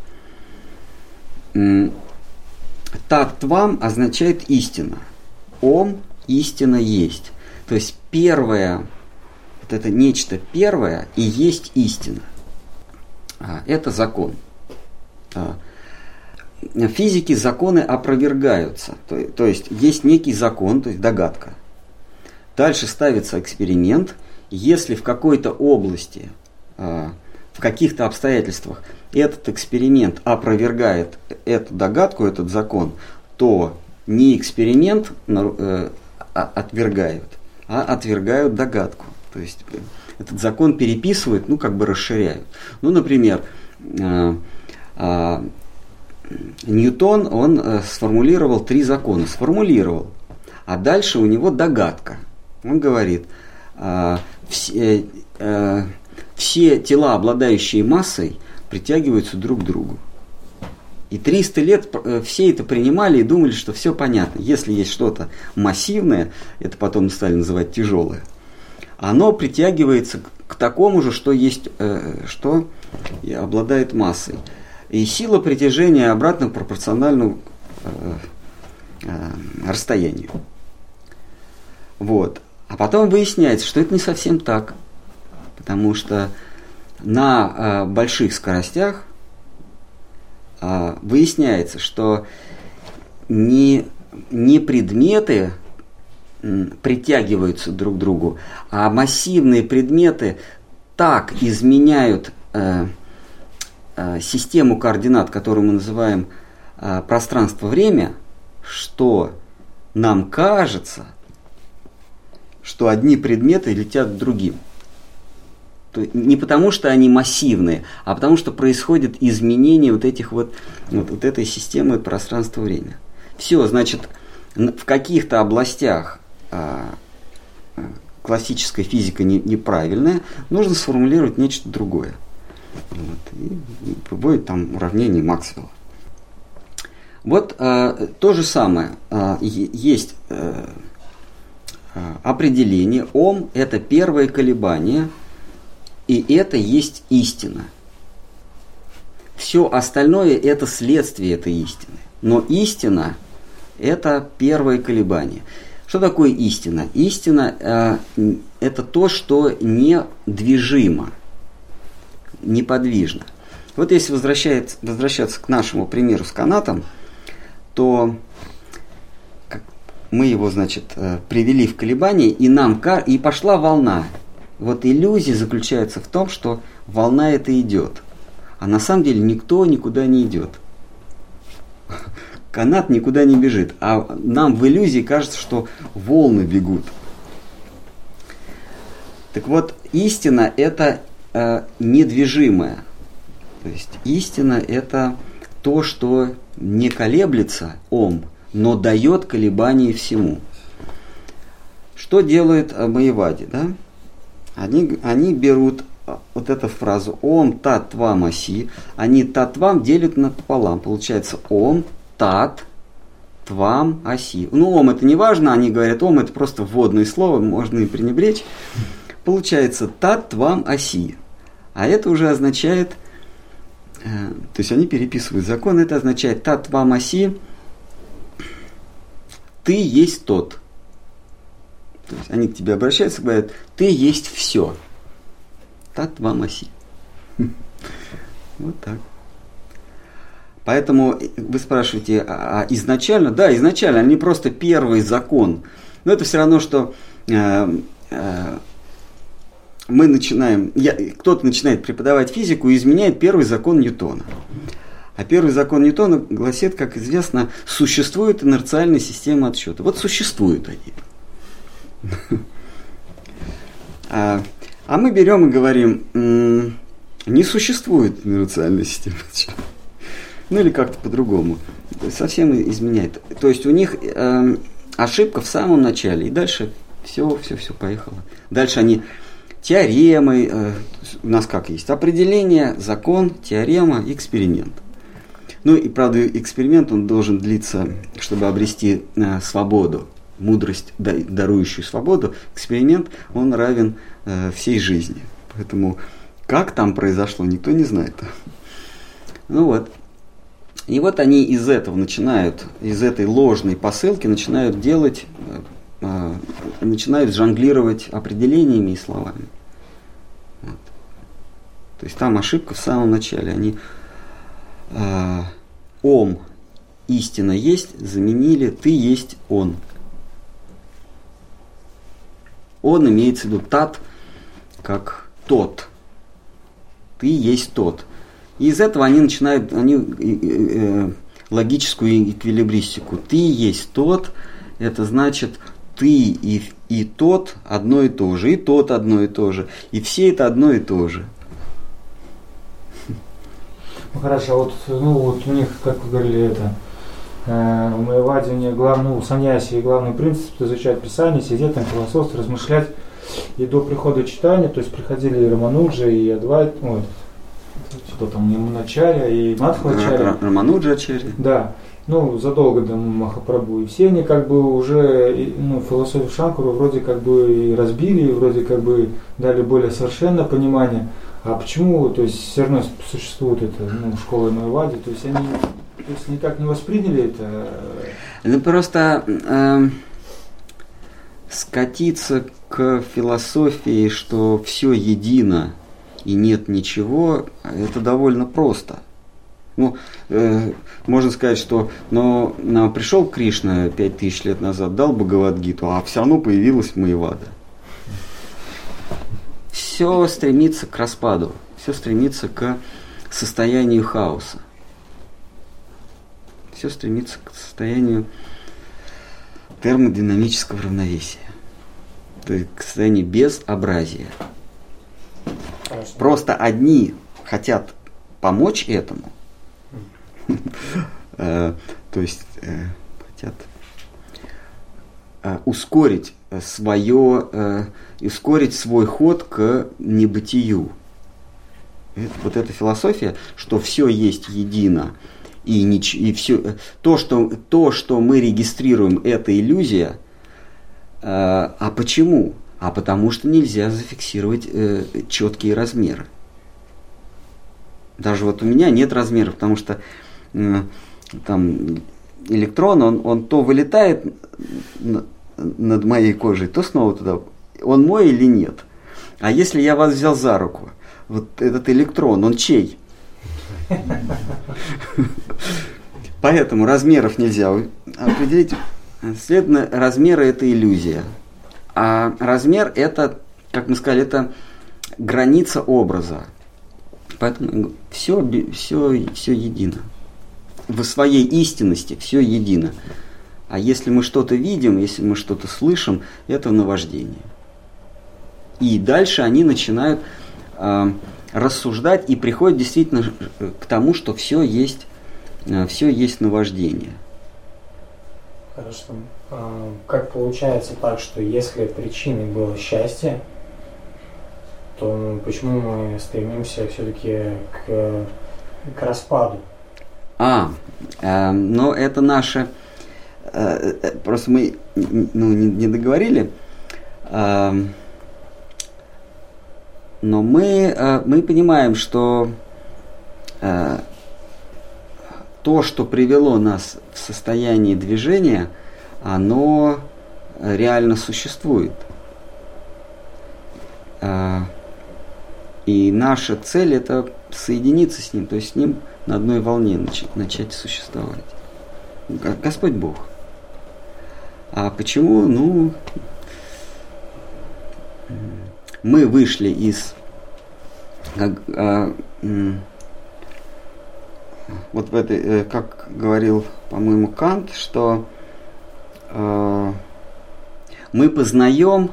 A: Таттвам означает истина. Ом – истина есть. То есть первое, вот это нечто первое и есть истина. Это закон. В физике законы опровергаются. То есть есть некий закон, то есть догадка. Дальше ставится эксперимент. Если в какой-то области, в каких-то обстоятельствах этот эксперимент опровергает эту догадку, этот закон, то не эксперимент отвергают, а отвергают догадку. То есть этот закон переписывают, как бы расширяют. Например, Ньютон, он сформулировал 3 закона. А дальше у него догадка. Он говорит, все тела, обладающие массой, притягиваются друг к другу. И 300 лет все это принимали и думали, что все понятно. Если есть что-то массивное, это потом стали называть тяжелое, оно притягивается к такому же, что есть, что обладает массой. И сила притяжения обратно пропорциональна расстоянию. Вот. А потом выясняется, что это не совсем так. Потому что на больших скоростях выясняется, что не предметы притягиваются друг к другу, а массивные предметы так изменяют систему координат, которую мы называем пространство-время, что нам кажется, что одни предметы летят к другим. Не потому, что они массивные, а потому, что происходит изменение вот этой системы пространства-время. Все, значит, в каких-то областях классическая физика неправильная, нужно сформулировать нечто другое. И выводит там уравнение Максвелла. Вот то же самое. Есть определение. Ом – это первое колебание, и это есть истина. Все остальное – это следствие этой истины. Но истина – это первое колебание. Что такое истина? Истина – это то, что недвижимо, неподвижно. Вот если возвращаться к нашему примеру с канатом, то мы его, привели в колебание, и пошла волна. Вот иллюзия заключается в том, что волна эта идет. А на самом деле никто никуда не идет. Канат никуда не бежит. А нам в иллюзии кажется, что волны бегут. Так вот, истина – это недвижимое. То есть истина – это то, что не колеблется, ом, но дает колебания всему. Что делают Майявади, да? Они берут вот эту фразу «Ом тат твам аси», они татвам делят напополам. Получается «Ом тат твам аси». Ом это не важно, они говорят «Ом» это просто вводное слово, можно и пренебречь. Получается «Тат твам аси». А это уже означает, то есть они переписывают закон, это означает «Тат твам аси», «Ты есть тот». То есть они к тебе обращаются и говорят, ты есть все. Тат твам аси. Вот так. Поэтому вы спрашиваете, а изначально? Да, изначально они просто первый закон. Но это все равно, что мы начинаем, кто-то начинает преподавать физику и изменяет первый закон Ньютона. А первый закон Ньютона гласит, как известно, существует инерциальная система отсчета. Вот существуют они. А мы берем и говорим, не существует инерциальной системы отсчета. Или как-то по-другому. Совсем изменяет. То есть у них ошибка в самом начале, и дальше все поехало. Дальше они теоремы, у нас как есть, определение, закон, теорема, эксперимент. И правда эксперимент он должен длиться, чтобы обрести свободу. Мудрость, дарующую свободу, эксперимент, он равен всей жизни. Поэтому как там произошло, никто не знает. И вот они из этого начинают, из этой ложной посылки начинают делать, начинают жонглировать определениями и словами. Вот. То есть там ошибка в самом начале. Они ом, истина есть, заменили ты есть он. Он имеется в виду тат, как тот. Ты есть тот. И из этого они начинают, логическую эквилибристику. Ты есть тот, это значит ты и тот одно и то же, и тот одно и то же, и все это одно и то же.
E: Ну хорошо, вот у них, как вы говорили, это в Майяваде главный, саньяси, главный принцип изучать Писание, сидеть там, философствовать, размышлять. И до прихода читания, то есть приходили и Рамануджа, и Адвайт, что там, Ямуначарья, и Мадхвачарья.
A: Рамануджачарья.
E: Да, задолго до Махапрабху. И все они как бы уже, философию Шанкару вроде как бы и разбили, и вроде как бы дали более совершенное понимание. А почему, то есть все равно существует это, школа Майявади, то есть они никак не восприняли это?
A: Это просто скатиться к философии, что все едино и нет ничего, это довольно просто. Можно сказать, что пришел Кришна 5000 лет назад, дал Бхагавад-гиту, а все равно появилась Майявада. Все стремится к распаду, все стремится к состоянию хаоса. Все стремится к состоянию термодинамического равновесия. То есть к состоянию безобразия.
C: Хорошо.
A: Просто одни хотят помочь этому, то есть хотят ускорить свой ход к небытию. Вот эта философия, что все есть едино, и все то, что мы регистрируем, это иллюзия. А почему? А потому что нельзя зафиксировать четкие размеры. Даже вот у меня нет размеров, потому что там электрон, он то вылетает над моей кожей, то снова туда. Он мой или нет? А если я вас взял за руку, вот этот электрон, он чей? Поэтому размеров нельзя определить. Следовательно, размеры – это иллюзия. А размер – это, как мы сказали, это граница образа. Поэтому все едино. В своей истинности все едино. А если мы что-то видим, если мы что-то слышим, это наваждение. И дальше они начинают рассуждать и приходят действительно к тому, что все есть наваждение.
C: Хорошо. Как получается так, что если причиной было счастье, то почему мы стремимся все-таки к распаду?
A: Но это наше... Просто мы не договорили. Но мы понимаем, что то, что привело нас в состояние движения, оно реально существует. И наша цель – это соединиться с ним, то есть с ним на одной волне начать существовать. Господь Бог. А почему? Мы вышли из... вот в этой, как говорил, по-моему, Кант, что мы познаем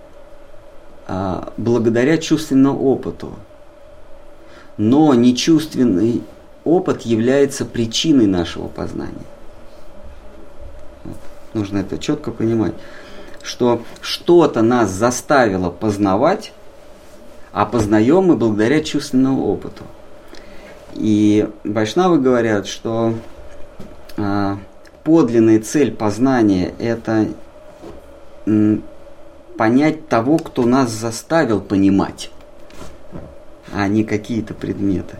A: благодаря чувственному опыту. Но нечувственный опыт является причиной нашего познания. Нужно это четко понимать, что что-то нас заставило познавать, а познаем мы благодаря чувственному опыту. И вайшнавы говорят, что подлинная цель познания – это понять того, кто нас заставил понимать, а не какие-то предметы.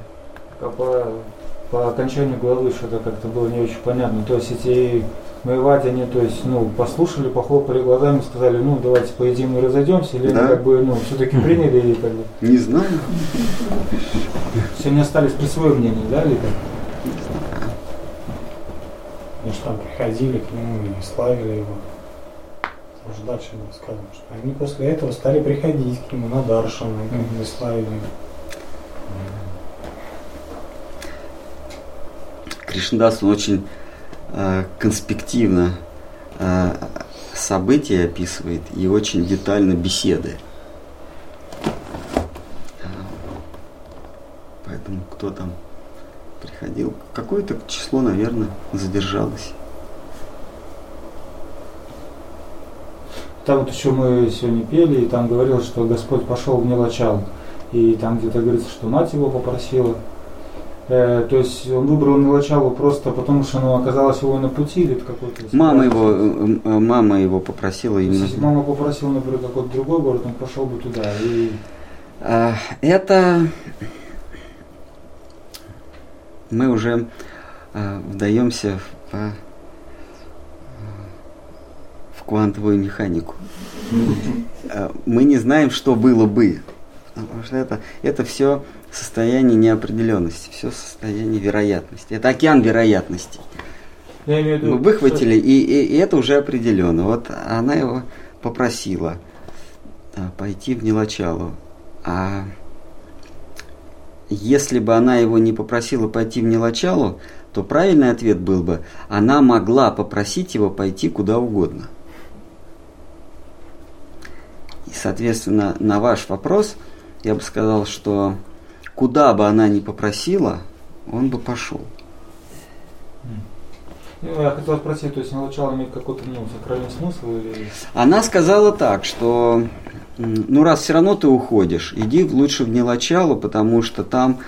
E: По окончанию главы что-то как-то было не очень понятно. То есть эти Майявади, они, то есть, послушали, похлопали глазами, сказали, давайте поедим и разойдемся, или
A: да?
E: Они как бы, все-таки приняли или как бы.
A: Не знаю.
E: Все они остались при своем мнении, да, или как?
C: Они же там приходили к нему и славили его. Уже дальше было сказано, что они после этого стали приходить к нему на даршан, и славили его.
A: Кришнадас, он очень конспективно события описывает и очень детально беседы. Поэтому кто там приходил, какое-то число, наверное, задержалось.
E: Там вот еще мы сегодня пели, и там говорилось, что Господь пошел в Нилачал. И там где-то говорится, что мать его попросила. То есть он выбрал Нилачалу просто потому, что она оказалась его на пути, или какой-то...
A: Мама его попросила именно...
E: Если мама попросила, например, какой-то другой город, он пошел бы туда. И...
A: Это... Мы уже вдаемся в квантовую механику. Мы не знаем, что было бы. Потому что это все состояние неопределенности, все состояние вероятности. Это океан вероятностей.
E: Я имею в виду,
A: мы выхватили, и это уже определенно. Вот она его попросила пойти в Нилачалу. А если бы она его не попросила пойти в Нилачалу, то правильный ответ был бы, она могла попросить его пойти куда угодно. И, соответственно, на ваш вопрос я бы сказал, что куда бы она ни попросила, он бы пошел.
E: Я хотел спросить, то есть Нилачала имеет какой-то сакральный смысл? Или...
A: Она сказала так, что раз все равно ты уходишь, иди лучше в Нилачалу, потому что там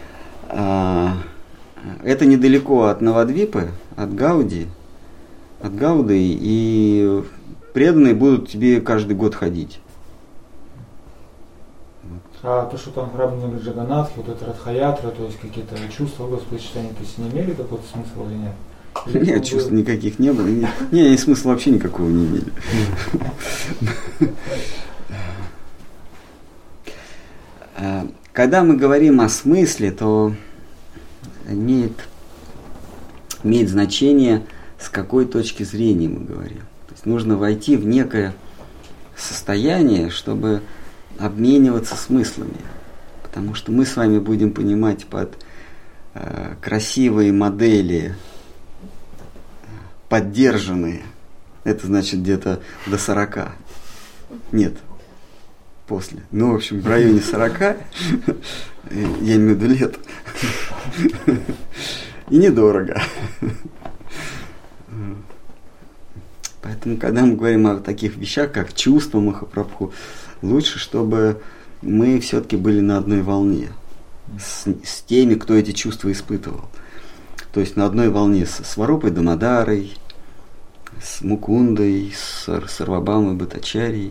A: это недалеко от Навадвипы, от Гауды, и преданные будут тебе каждый год ходить.
E: А то, что там храм Джаганатхи, вот это Радхаятра, то есть какие-то чувства Господичания, то есть не имели какой-то смысл или нет?
A: Нет, чувств никаких не было. Нет, смысла вообще никакого не имели. Когда мы говорим о смысле, то имеет значение, с какой точки зрения мы говорим. То есть нужно войти в некое состояние, чтобы обмениваться смыслами. Потому что мы с вами будем понимать под красивые модели, поддержанные, это значит где-то до 40. Нет, после. В общем, в районе 40, я имею в виду лет. И недорого. Поэтому, когда мы говорим о таких вещах, как чувства Махапрабху, лучше, чтобы мы все-таки были на одной волне с теми, кто эти чувства испытывал. То есть на одной волне с Сварупой Дамадарой, с Мукундой, с Сарвабхаумой Бхаттачарьей.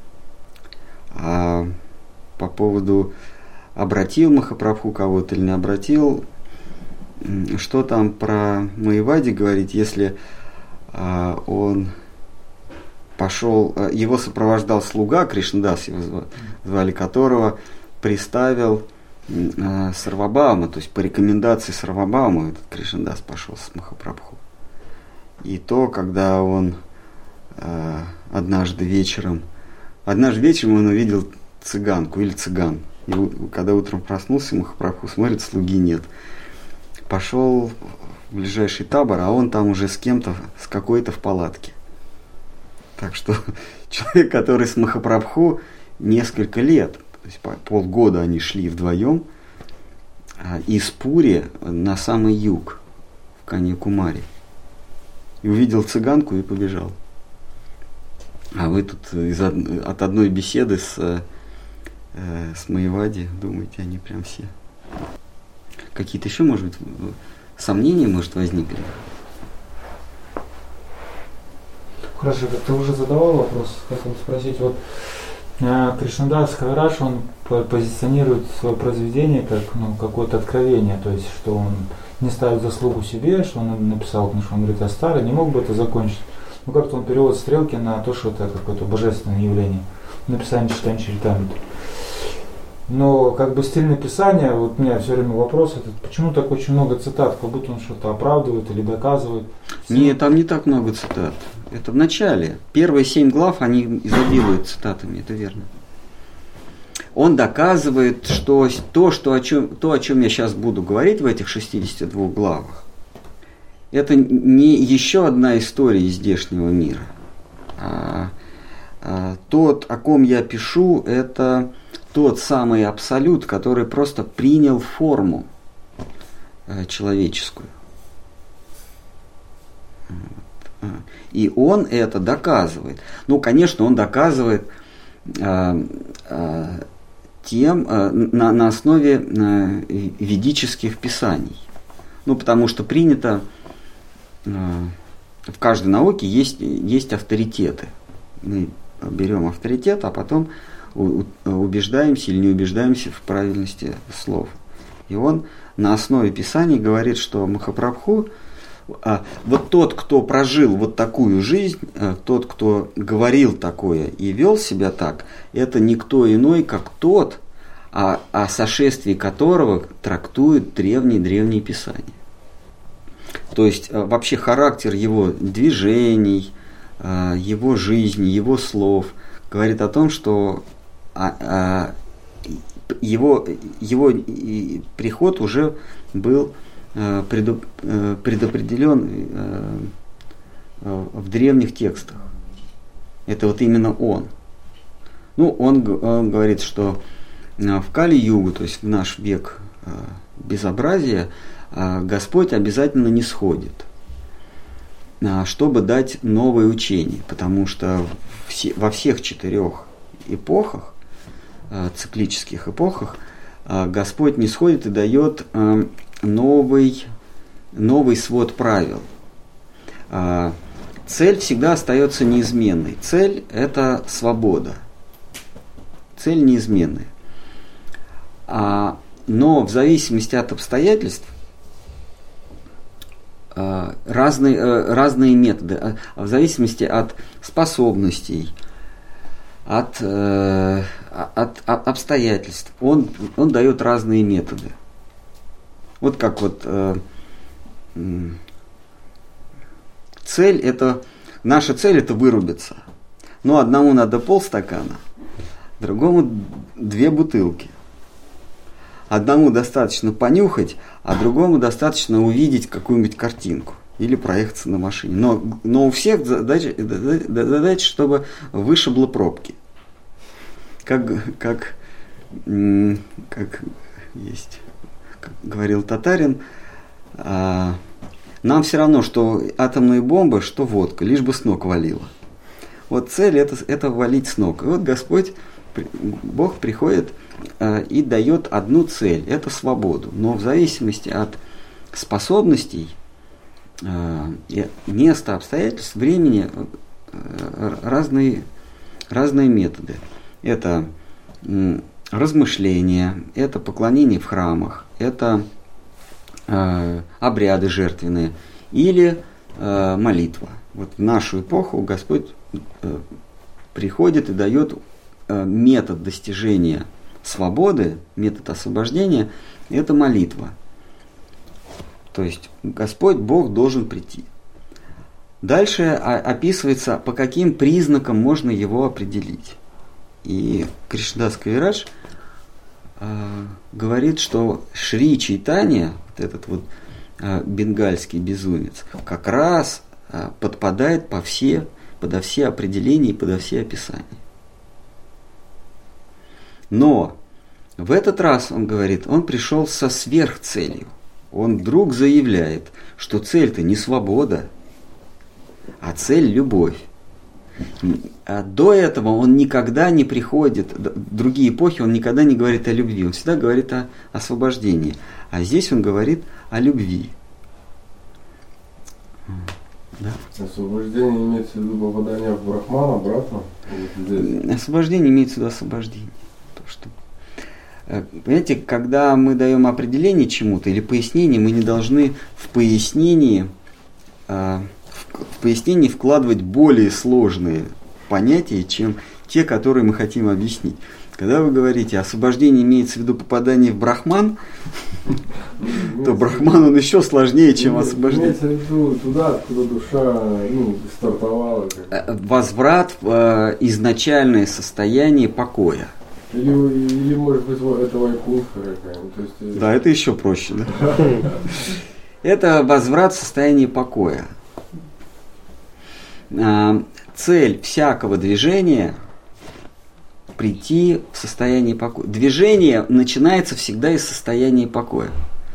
A: А по поводу обратил Махапрабху кого-то или не обратил, что там про Майявади говорить, если он пошел, его сопровождал слуга, Кришнадас его звали, которого приставил Сарвабхаума, то есть по рекомендации Сарвабхаума этот Кришнадас пошел с Махапрабху. И то, когда он однажды вечером он увидел цыганку или цыган. И когда утром проснулся, Махапрабху смотрит, слуги нет. Пошел в ближайший табор, а он там уже с кем-то, с какой-то в палатке. Так что человек, который с Махапрабху несколько лет, то есть полгода они шли вдвоем из Пури на самый юг, в Каньякумари. И увидел цыганку и побежал. А вы тут от одной беседы с Майявади думаете, они прям все. Какие-то еще, может быть, сомнения, может, возникли?
E: Хорошо, как ты уже задавал вопрос, хотел спросить, вот Кришнадас Кавирадж, он позиционирует свое произведение как какое-то откровение, то есть, что он не ставит заслугу себе, что он написал, потому что он говорит, я старый, не мог бы это закончить. Как-то он переводит стрелки на то, что это какое-то божественное явление, написание Чайтанья Чаритамриты. Но стиль написания, вот у меня все время вопрос, почему так очень много цитат, как будто он что-то оправдывает или доказывает?
A: Нет, там не так много цитат. Это в начале. Первые 7 глав, они изобилуют цитатами, это верно. Он доказывает, что о чем я сейчас буду говорить в этих 62 главах, это не еще одна история из здешнего мира. Тот, о ком я пишу, это тот самый абсолют, который просто принял форму человеческую. И он это доказывает. Ну, конечно, он доказывает на основе ведических писаний. Ну, потому что принято в каждой науке есть авторитеты. Мы берем авторитет, а потом убеждаемся или не убеждаемся в правильности слов. И он на основе писаний говорит, что Махапрабху, вот тот, кто прожил вот такую жизнь, тот, кто говорил такое и вел себя так, это никто иной, как тот, о сошествии которого трактуют древние писания. То есть вообще характер его движений, его жизни, его слов говорит о том, что его приход уже был предопределен в древних текстах. Это вот именно он. Ну, он говорит, что в Кали-югу, то есть в наш век безобразия, Господь обязательно не сходит, чтобы дать новое учение, потому что во всех 4 эпохах, циклических эпохах, Господь не сходит и дает новый свод правил. Цель всегда остается неизменной. Цель – это свобода. Цель неизменная. Но в зависимости от обстоятельств разные методы, в зависимости от способностей, от обстоятельств, он дает разные методы. Вот как вот наша цель это вырубиться. Но одному надо полстакана, другому 2 бутылки. Одному достаточно понюхать, а другому достаточно увидеть какую-нибудь картинку или проехаться на машине. Но у всех задача, чтобы вышибло пробки. Как говорил Татарин, нам все равно, что атомные бомбы, что водка, лишь бы с ног валило. Вот цель это валить с ног. И вот Бог приходит и дает одну цель, это свободу. Но в зависимости от способностей, места, обстоятельств, времени разные методы. Это размышления, это поклонение в храмах, это обряды жертвенные или молитва. Вот в нашу эпоху Господь приходит и дает метод достижения свободы, метод освобождения, это молитва. То есть Господь, Бог должен прийти. Дальше описывается, по каким признакам можно его определить. И Кришнадас Кавирадж говорит, что Шри Чайтанья, вот этот вот бенгальский безумец, как раз подпадает подо все определения и подо все описания. Но в этот раз, он говорит, он пришел со сверхцелью. Он вдруг заявляет, что цель-то не свобода, а цель – любовь. А до этого он никогда не приходит, в другие эпохи он никогда не говорит о любви, он всегда говорит о освобождении. А здесь он говорит о любви.
F: Да? Освобождение имеется в виду попадание в Брахмана, брата?
A: Освобождение имеется в виду освобождение. Что, понимаете, когда мы даем определение чему-то или пояснение, мы не должны в пояснении вкладывать более сложные понятия, чем те, которые мы хотим объяснить. Когда вы говорите, освобождение имеется в виду попадание в Брахман, то Брахман он еще сложнее, чем освобождение.
F: Имеется в виду туда, откуда душа стартовала.
A: Возврат в изначальное состояние покоя.
F: Или может быть, это вайкунха какая-нибудь.
A: Да, это еще проще. Да? Это возврат в состояние покоя. Цель всякого движения – прийти в состояние покоя. Движение начинается всегда из состояния покоя.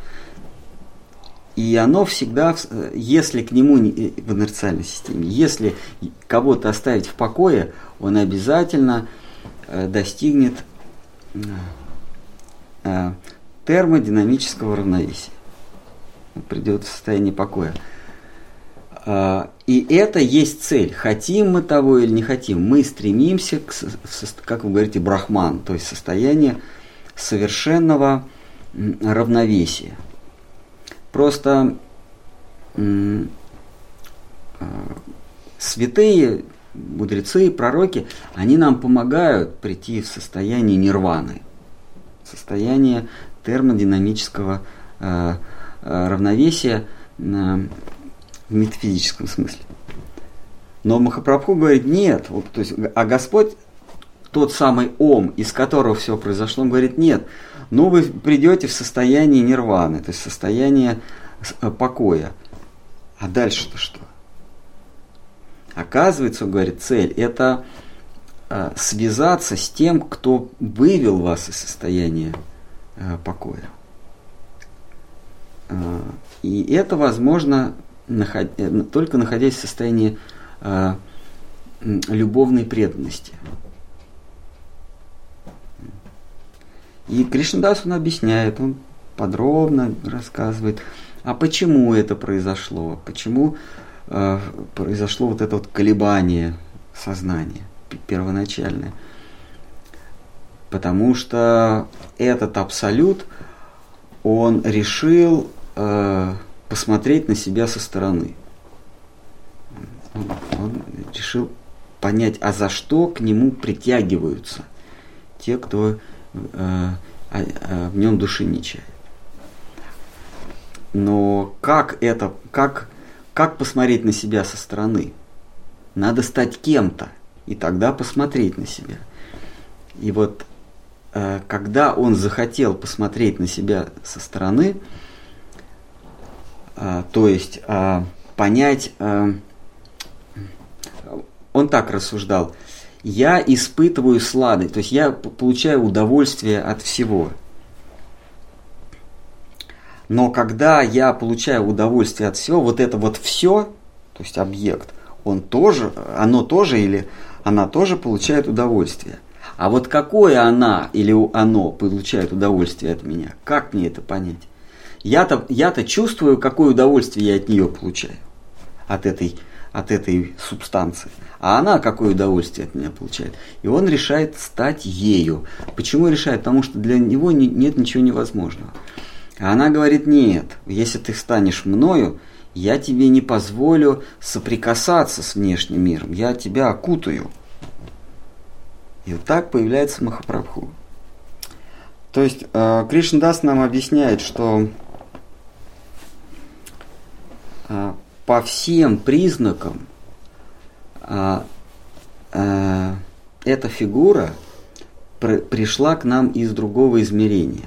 A: И оно всегда, если к нему в инерциальной системе, если кого-то оставить в покое, он обязательно достигнет термодинамического равновесия. Он придет в состояние покоя. И это есть цель. Хотим мы того или не хотим, мы стремимся к, как вы говорите, брахман, то есть состояние совершенного равновесия. Просто святые, мудрецы, пророки, они нам помогают прийти в состояние нирваны, состояние термодинамического равновесия в метафизическом смысле. Но Махапрабху говорит, нет, вот, то есть, а Господь, тот самый Ом, из которого все произошло, он говорит, нет, но вы придете в состояние нирваны, то есть состояние покоя. А дальше-то что? Оказывается, он говорит, цель – это связаться с тем, кто вывел вас из состояния покоя. И это возможно только находясь в состоянии любовной преданности. И Кришнадас, он объясняет, он подробно рассказывает, а почему это произошло, почему произошло вот это вот колебание сознания первоначальное. Потому что этот абсолют, он решил посмотреть на себя со стороны. Он решил понять, а за что к нему притягиваются те, кто в нем души не чает. Но как посмотреть на себя со стороны? Надо стать кем-то, и тогда посмотреть на себя. И вот когда он захотел посмотреть на себя со стороны, то есть понять, он так рассуждал, я испытываю сладость, то есть я получаю удовольствие от всего. Но когда я получаю удовольствие от всего, вот это вот все, то есть объект, оно тоже или она тоже получает удовольствие. А вот какое она или оно получает удовольствие от меня, как мне это понять? Я-то чувствую, какое удовольствие я от нее получаю, от этой субстанции. А она какое удовольствие от меня получает. И он решает стать ею. Почему решает? Потому что для него нет ничего невозможного. А она говорит, нет, если ты станешь мною, я тебе не позволю соприкасаться с внешним миром. Я тебя окутаю. И вот так появляется Махапрабху. То есть Кришнадас нам объясняет, что по всем признакам эта фигура пришла к нам из другого измерения.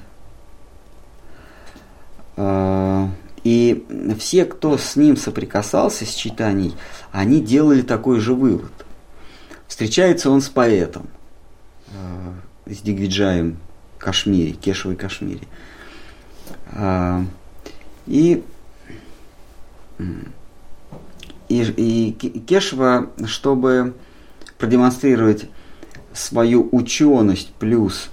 A: И все, кто с ним соприкасался, с читанием, они делали такой же вывод. Встречается он с поэтом, с Дигвиджаем Кашмири, Кешевой Кашмири. И Кешева, чтобы продемонстрировать свою ученость плюс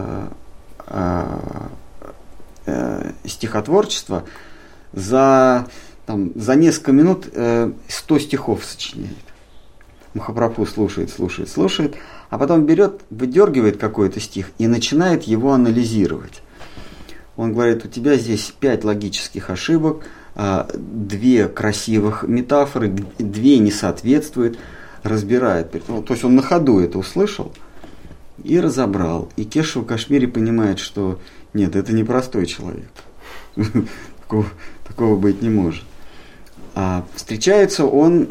A: стихотворчество, за несколько минут 100 стихов сочиняет. Махапрабху слушает, а потом берет, выдергивает какой-то стих и начинает его анализировать. Он говорит, у тебя здесь 5 логических ошибок, 2 красивых метафоры, 2 не соответствуют, разбирает. То есть он на ходу это услышал и разобрал. И Кешева Кашмири понимает, что нет, это не простой человек. Такого быть не может. Встречается он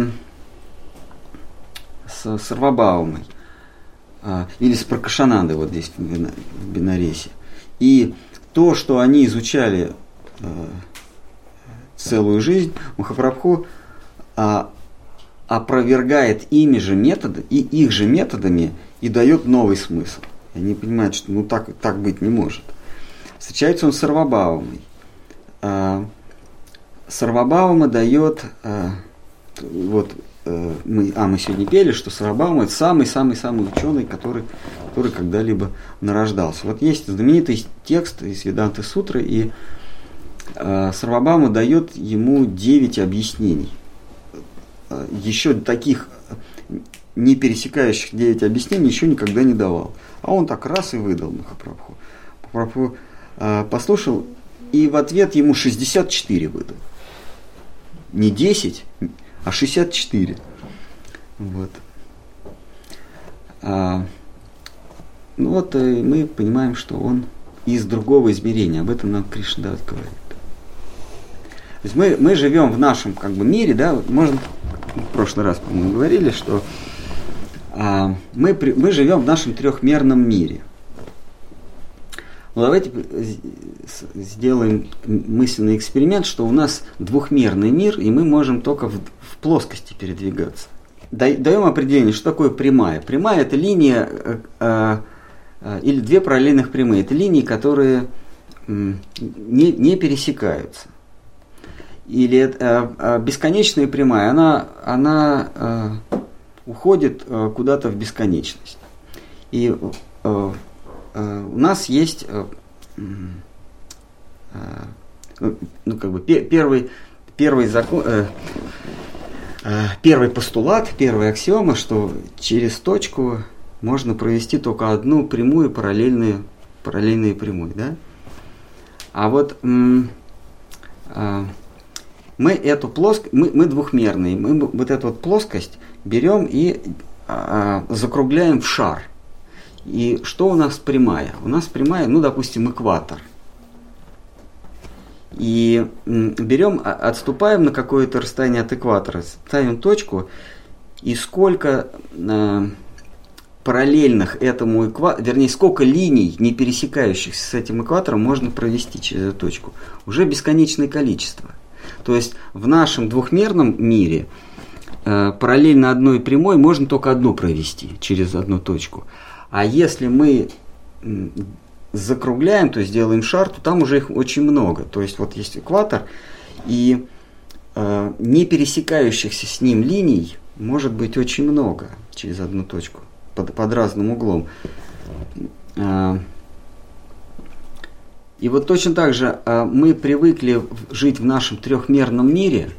A: с Сарвабаумой или с Пракашанандой вот здесь в Бенаресе. И то, что они изучали целую жизнь, Махапрабху опровергает ими же методы, и их же методами, и дает новый смысл. И они понимают, что так быть не может. Встречается он с Сарвабаумой. Сарвабаума дает, мы сегодня пели, что Сарвабаума это самый-самый-самый ученый, который когда-либо нарождался. Вот есть знаменитый текст из Веданты Сутры, и Сарвабаума дает ему 9 объяснений. Еще таких не пересекающих 9 объяснений еще никогда не давал. А он так раз и выдал Махапрабху. Махапрабху послушал, и в ответ ему 64 выдал. Не 10, а 64. Вот. Мы понимаем, что он из другого измерения. Об этом нам Кришнадас говорит. То есть мы живем в нашем мире, да, можно, в прошлый раз, по-моему, говорили, что мы живем в нашем трехмерном мире. Ну, давайте сделаем мысленный эксперимент, что у нас двухмерный мир, и мы можем только в плоскости передвигаться. Даем определение, что такое прямая. Прямая – это линия, или две параллельных прямые. Это линии, которые не пересекаются. Или бесконечная прямая, она уходит куда-то в бесконечность. И у нас есть первый закон, первый постулат, первая аксиома, что через точку можно провести только одну прямую параллельные прямой, да? А вот мы эту плоскость, мы двухмерные, мы вот эту вот плоскость берем и закругляем в шар. И что у нас прямая? У нас прямая, допустим, экватор. И берем, отступаем на какое-то расстояние от экватора, ставим точку, и сколько параллельных этому экватору, вернее, сколько линий, не пересекающихся с этим экватором, можно провести через эту точку. Уже бесконечное количество. То есть в нашем двухмерном мире параллельно одной прямой можно только одну провести через одну точку. А если мы закругляем, то есть делаем шар, то там уже их очень много. То есть вот есть экватор, и не пересекающихся с ним линий может быть очень много через одну точку, под разным углом. И вот точно так же мы привыкли жить в нашем трехмерном мире,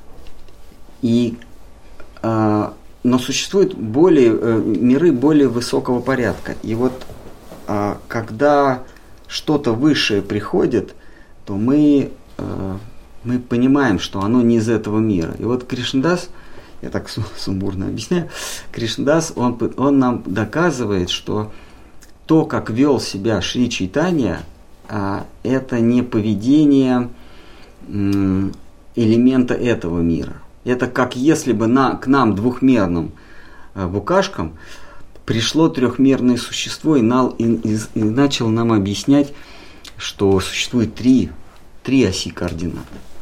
A: но существуют миры более высокого порядка. И вот когда что-то высшее приходит, то мы понимаем, что оно не из этого мира. И вот Кришнадас, я так сумбурно объясняю, Кришнадас, он нам доказывает, что то, как вел себя Шри Чайтанья, это не поведение элемента этого мира. Это как если бы к нам, двухмерным букашкам, пришло трехмерное существо и начало нам объяснять, что существует три оси координат.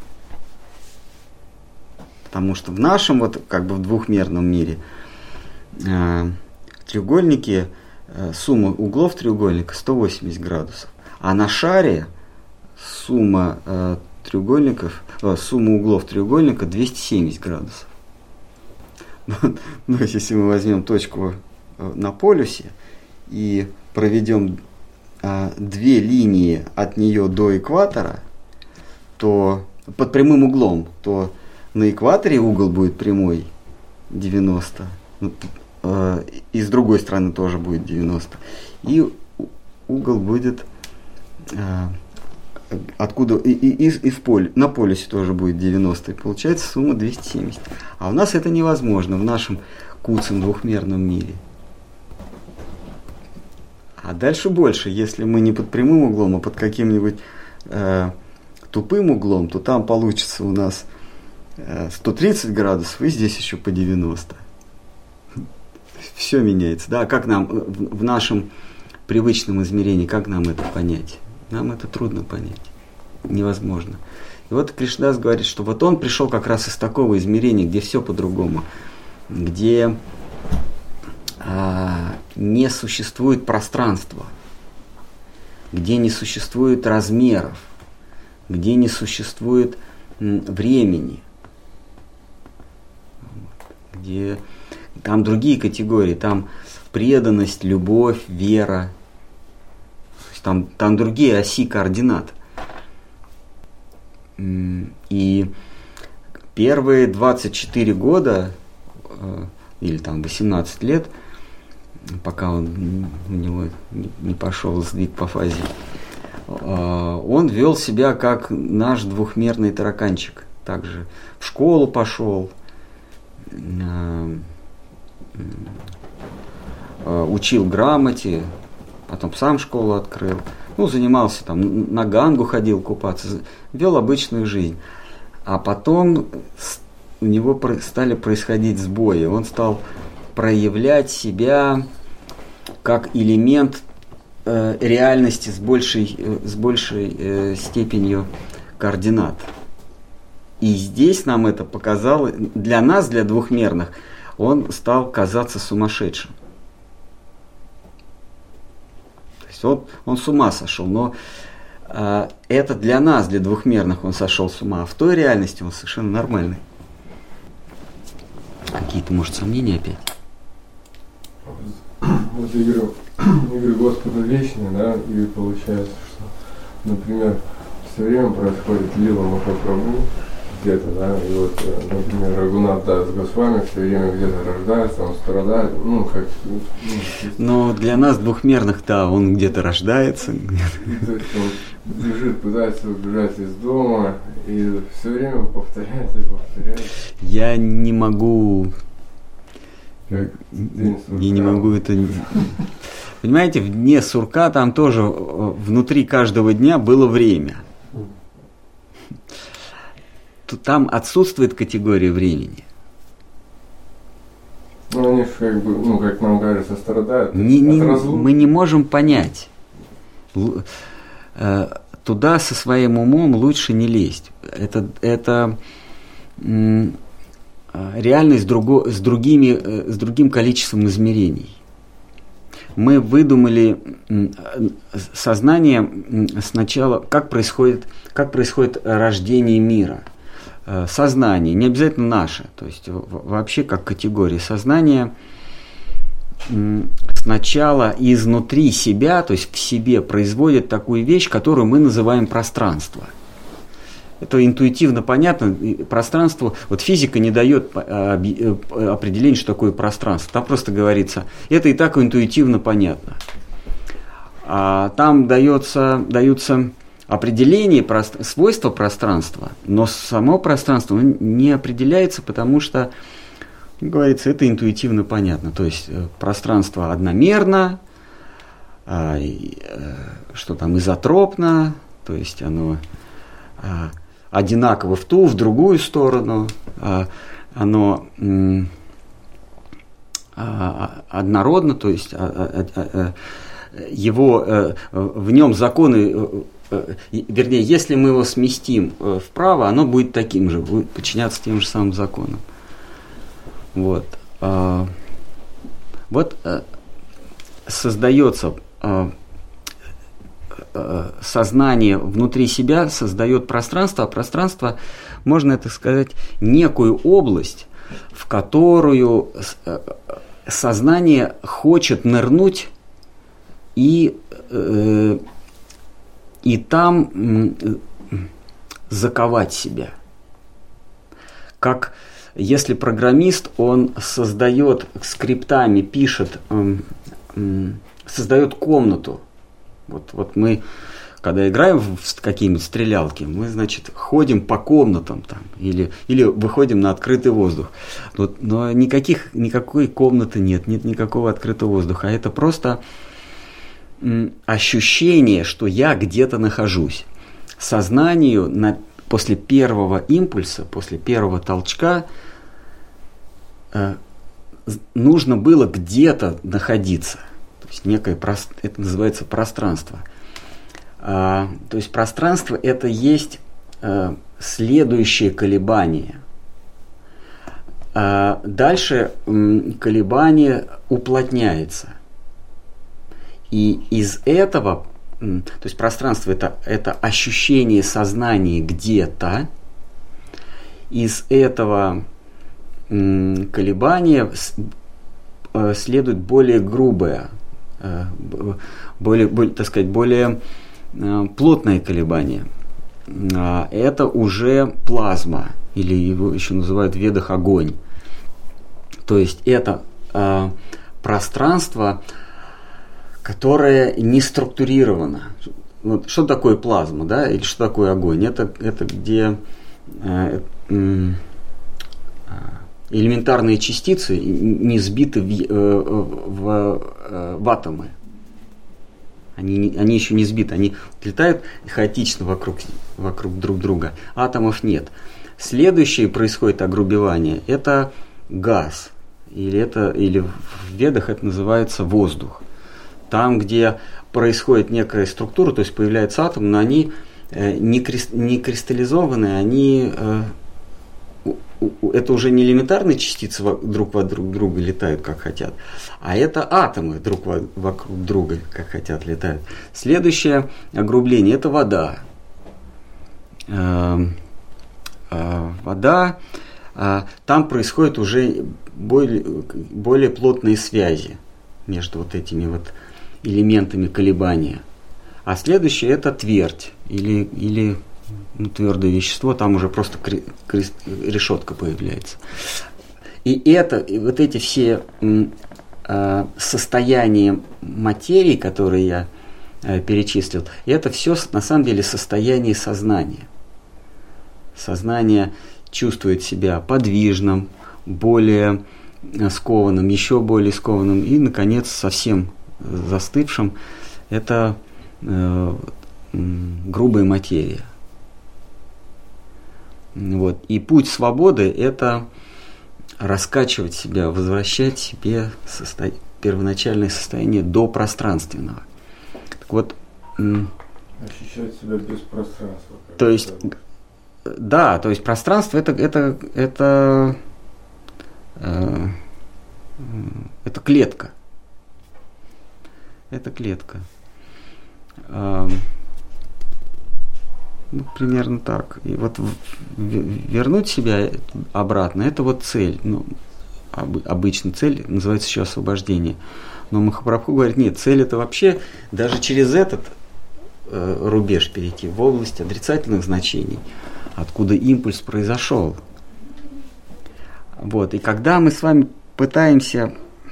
A: Потому что в нашем, в двухмерном мире, треугольники, сумма углов треугольника 180 градусов. А на шаре сумма углов треугольника 270 градусов. Но если мы возьмем точку на полюсе и проведем две линии от нее до экватора, то под прямым углом, то на экваторе угол будет прямой 90, и с другой стороны тоже будет 90. И угол будет откуда на полюсе тоже будет 90, и получается сумма 270. А у нас это невозможно в нашем куцом двухмерном мире. А дальше больше, если мы не под прямым углом, а под каким-нибудь тупым углом, то там получится у нас 130 градусов, и здесь еще по 90. Все меняется. Да? Как нам в нашем привычном измерении, как нам это понять? Нам это трудно понять. невозможно. И вот Кришнадас говорит, что вот он пришел как раз из такого измерения, где все по-другому, где не существует пространства, где не существует размеров, где не существует времени, где там другие категории, там преданность, любовь, вера, там другие оси координат. И первые 24 года, или там 18 лет, пока у него не пошел сдвиг по фазе, он вел себя как наш двухмерный тараканчик. Также в школу пошел, учил грамоте, потом сам школу открыл. Ну, занимался там, на Гангу ходил купаться, вел обычную жизнь. А потом у него стали происходить сбои. Он стал проявлять себя как элемент реальности с большей степенью координат. И здесь нам это показало, для нас, для двухмерных, он стал казаться сумасшедшим. То есть он с ума сошел, но это для нас, для двухмерных, он сошел с ума, а в той реальности он совершенно нормальный. Какие-то, может, сомнения опять?
F: Вот игры Господа вечные, да, и получается, что, например, все время происходит Лила Махапрабху где-то, да, и вот, например, Рагунат Дас Госвами все время где-то рождается, он страдает,
A: Но для нас двухмерных, да, он где-то рождается.
F: То есть он бежит, пытается убежать из дома, и все время повторяется и повторяется.
A: Я не могу...
F: Как
A: я не могу это... Понимаете, в дне сурка там тоже внутри каждого дня было время. Там отсутствует категория времени.
F: Ну, они же как бы, как нам кажется, страдают.
A: Мы не можем понять. Туда со своим умом лучше не лезть. Это реальность с другим количеством измерений. Мы выдумали сознание сначала, как происходит рождение мира. Сознание, не обязательно наше, то есть вообще как категория. Сознание сначала изнутри себя, то есть в себе производит такую вещь, которую мы называем пространство. Это интуитивно понятно. Пространство, вот физика не дает определения, что такое пространство. Там просто говорится, это и так интуитивно понятно. А там даются определение свойства пространства, но само пространство не определяется, потому что, говорится, это интуитивно понятно. То есть пространство одномерно, что там изотропно, то есть оно одинаково в ту, в другую сторону, оно однородно, то есть в нем законы, вернее, если мы его сместим вправо, оно будет таким же, будет подчиняться тем же самым законам. Вот создается сознание внутри себя, создает пространство, а пространство, можно это сказать, некую область, в которую сознание хочет нырнуть и там заковать себя. Как если программист, он создает скриптами, пишет, создает комнату. Вот мы, когда играем в какие-нибудь стрелялки, мы, значит, ходим по комнатам там, или выходим на открытый воздух. Но никакой комнаты нет никакого открытого воздуха. А это просто ощущение, что я где-то нахожусь. Сознанию после первого импульса, после первого толчка нужно было где-то находиться. То есть это называется пространство. То есть пространство – это есть следующее колебание. Дальше колебание уплотняется. И из этого, то есть пространство это ощущение сознания где-то, из этого колебания следует более грубое, так сказать, более плотное колебание. Это уже плазма, или его еще называют в ведах огонь. То есть это пространство, которое не структурировано. Вот что такое плазма, да, или что такое огонь? Это где элементарные частицы не сбиты в атомы. Они еще не сбиты, они летают хаотично вокруг друг друга. Атомов нет. Следующее происходит огрубевание – это газ. Или в ведах это называется воздух. Там, где происходит некая структура, то есть появляется атом, но они не кристаллизованные, они это уже не элементарные частицы друг вокруг друга летают, как хотят, а это атомы друг вокруг друга, как хотят, летают. Следующее огрубление – это вода. Вода, там происходят уже более плотные связи между вот этими вот элементами колебания. А следующее – это твердь или твердое вещество, там уже просто решетка появляется. И вот эти все состояния материи, которые я перечислил, это все на самом деле состояние сознания. Сознание чувствует себя подвижным, более скованным, еще более скованным и, наконец, совсем застывшим. Это грубая материя. Вот. И путь свободы – это раскачивать себя, возвращать себе первоначальное состояние до пространственного. Так вот,
F: ощущать себя без пространства.
A: То есть, да, то есть пространство это клетка. Это клетка. Примерно так. И вот вернуть себя обратно, это вот цель. Обычно цель называется еще освобождение. Но Махапрабху говорит, нет, цель это вообще даже через этот рубеж перейти в область отрицательных значений, откуда импульс произошел. Вот. И когда мы с вами пытаемся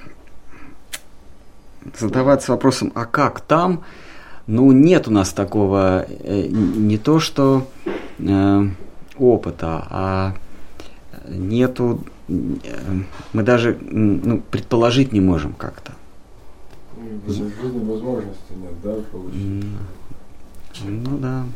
A: задаваться вопросом, а как там, нет у нас такого, не то что опыта, а нету, мы даже предположить не можем как-то.
F: В жизни возможности нет, да, получить?
A: Да.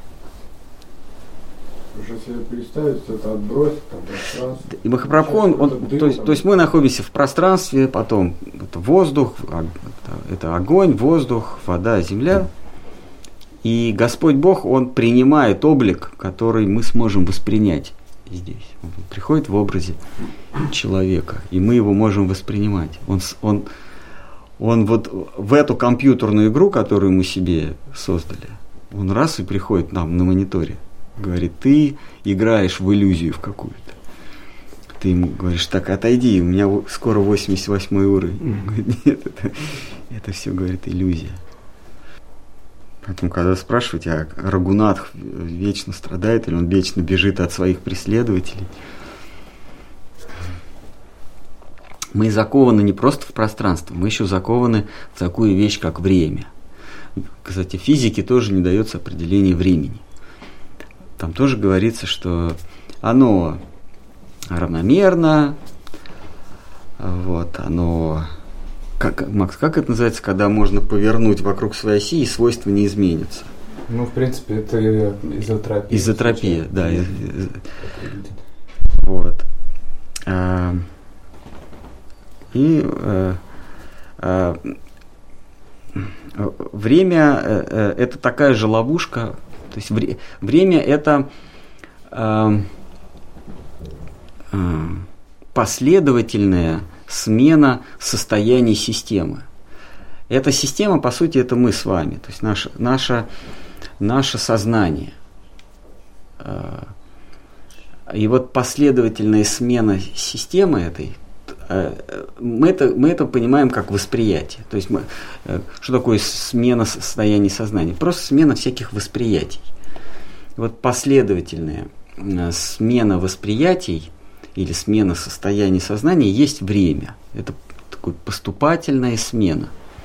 F: Уже себе представить, что это отбросить, там, пространство.
A: И Махапрабху, то есть мы находимся в пространстве, потом это воздух, это огонь, воздух, вода, земля. И Господь Бог, Он принимает облик, который мы сможем воспринять здесь. Он приходит в образе человека, и мы его можем воспринимать. Он вот в эту компьютерную игру, которую мы себе создали, он раз и приходит нам на мониторе. Говорит, ты играешь в иллюзию в какую-то. Ты ему говоришь, так, отойди, у меня скоро 88 уровень. Говорит, нет, это все, говорит, иллюзия. Поэтому, когда спрашиваете, а Рагунатх вечно страдает, или он вечно бежит от своих преследователей, мы закованы не просто в пространство, мы еще закованы в такую вещь, как время. Кстати, в физике тоже не дается определение времени. Там тоже говорится, что оно равномерно, вот, оно, Макс, как это называется, когда можно повернуть вокруг своей оси и свойства не изменятся?
B: В принципе, это изотропия.
A: Изотропия, да. Вот. время это такая же ловушка. То есть время это последовательная смена состояний системы. Эта система, по сути, это мы с вами, то есть наше сознание. И вот последовательная смена системы этой, мы это понимаем как восприятие. То есть что такое смена состояний сознания? Просто смена всяких восприятий. Вот последовательная смена восприятий или смена состояний сознания есть время. Это такая поступательная смена.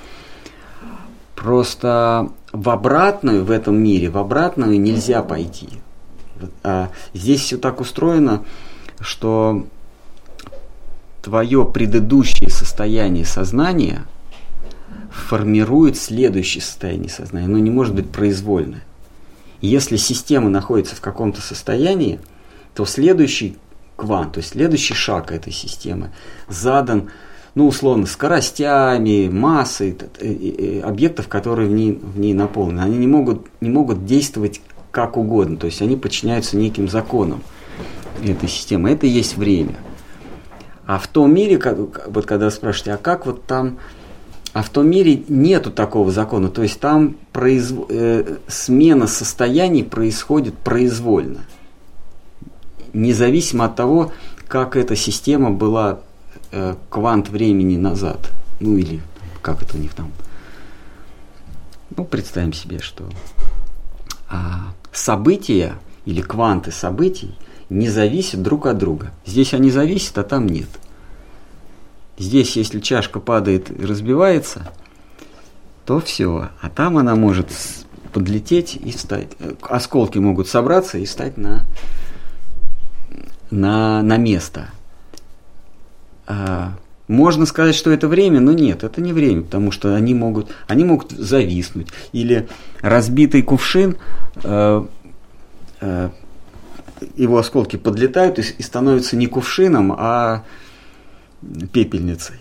A: Просто в обратную в этом мире, в обратную нельзя пойти. А здесь все так устроено, что твое предыдущее состояние сознания формирует следующее состояние сознания. Оно не может быть произвольное. Если система находится в каком-то состоянии, то следующий квант, то есть следующий шаг этой системы задан, условно, скоростями, массой объектов, которые в ней наполнены. Они не могут действовать как угодно, то есть они подчиняются неким законам этой системы. Это и есть время. А в том мире, вот когда спрашиваете, а как вот там, а в том мире нету такого закона, то есть там смена состояний происходит произвольно, независимо от того, как эта система была квант времени назад, или как это у них там. Представим себе, что события или кванты событий не зависят друг от друга. Здесь они зависят, а там нет. Здесь, если чашка падает и разбивается, то все. А там она может подлететь и встать. Осколки могут собраться и встать на место. Можно сказать, что это время, но нет, это не время, потому что они могут зависнуть. Или разбитый кувшин, его осколки подлетают и становятся не кувшином, а пепельницей.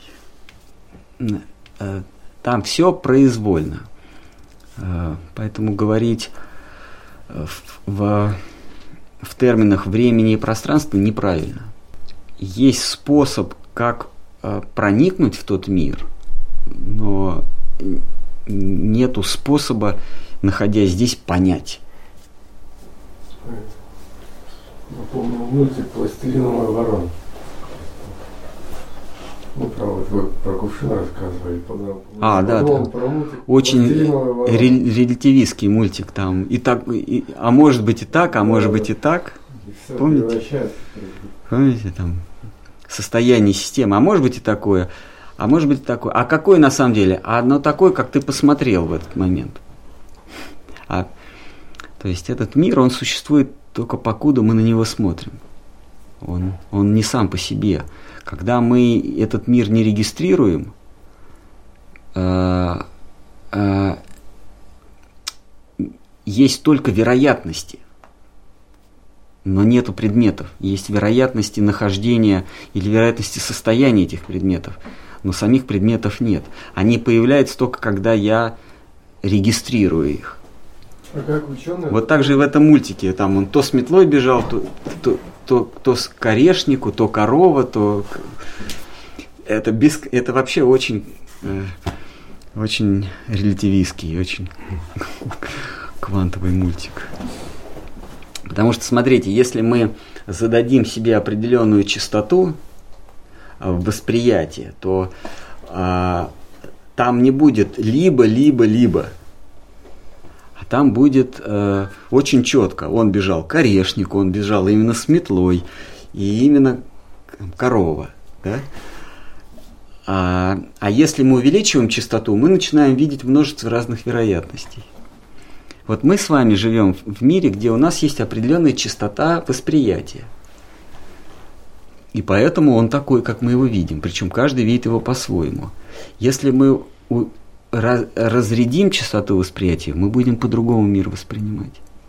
A: Там все произвольно. Поэтому говорить в терминах времени и пространства неправильно. Есть способ, как проникнуть в тот мир, но нету способа, находясь здесь, понять.
F: Помню мультик «Пластилиновая ворона». Вы про кувшин рассказывали.
A: Да. Очень релятивистский мультик там. И так, а может быть и так, а может быть и так. Помните? Помните там состояние системы? А может быть и такое, а может быть и такое. А какое на самом деле? А оно такое, как ты посмотрел в этот момент. То есть этот мир, он существует только покуда мы на него смотрим. Он не сам по себе. Когда мы этот мир не регистрируем, есть только вероятности, но нету предметов. Есть вероятности нахождения или вероятности состояния этих предметов, но самих предметов нет. Они появляются только когда я регистрирую их.
F: А как ученые?
A: Вот так же и в этом мультике. Там он то с метлой бежал, то к орешнику, то корова, то... Это вообще очень релятивистский, очень квантовый мультик. Потому что, смотрите, если мы зададим себе определенную частоту восприятия, то там не будет либо. А там будет очень четко. Он бежал к орешнику, он бежал именно с метлой, и именно корова. Да? А если мы увеличиваем частоту, мы начинаем видеть множество разных вероятностей. Вот мы с вами живем в мире, где у нас есть определенная частота восприятия. И поэтому он такой, как мы его видим. Причем каждый видит его по-своему. Если мы разрядим частоту восприятия, мы будем по-другому мир воспринимать.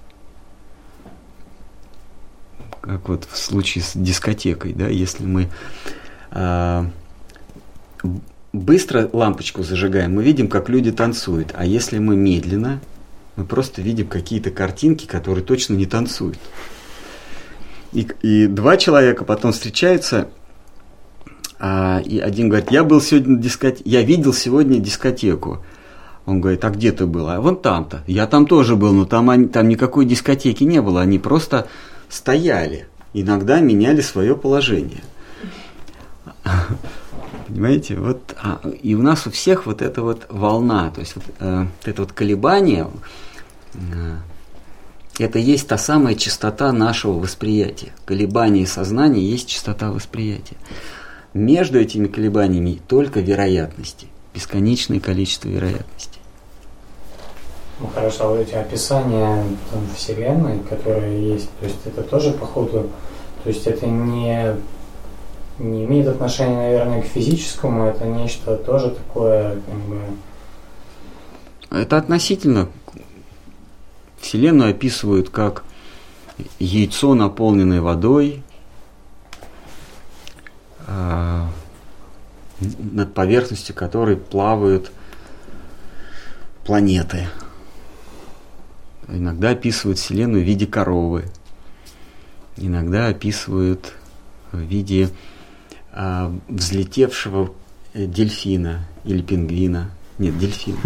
A: Как вот в случае с дискотекой, да, если мы быстро лампочку зажигаем, мы видим, как люди танцуют. А если мы медленно, мы просто видим какие-то картинки, которые точно не танцуют. И два человека потом встречаются, и один говорит: я видел сегодня дискотеку. Он говорит: а где ты был? А вон там-то. Я там тоже был, но там никакой дискотеки не было. Они просто стояли. Иногда меняли свое положение. Понимаете? Вот, и у нас у всех вот эта вот волна, то есть это вот колебание, это есть та самая частота нашего восприятия. Колебание сознания есть частота восприятия. Между этими колебаниями только вероятности, бесконечное количество вероятностей.
C: Ну хорошо, а вот эти описания Вселенной, которые есть, то есть это тоже походу, то есть это не имеет отношения, наверное, к физическому, это нечто тоже такое, как бы...
A: Это относительно. Вселенную описывают как яйцо, наполненное водой, над поверхностью которой плавают планеты. Иногда описывают Вселенную в виде коровы, иногда описывают в виде взлетевшего дельфина или пингвина. Нет, дельфина.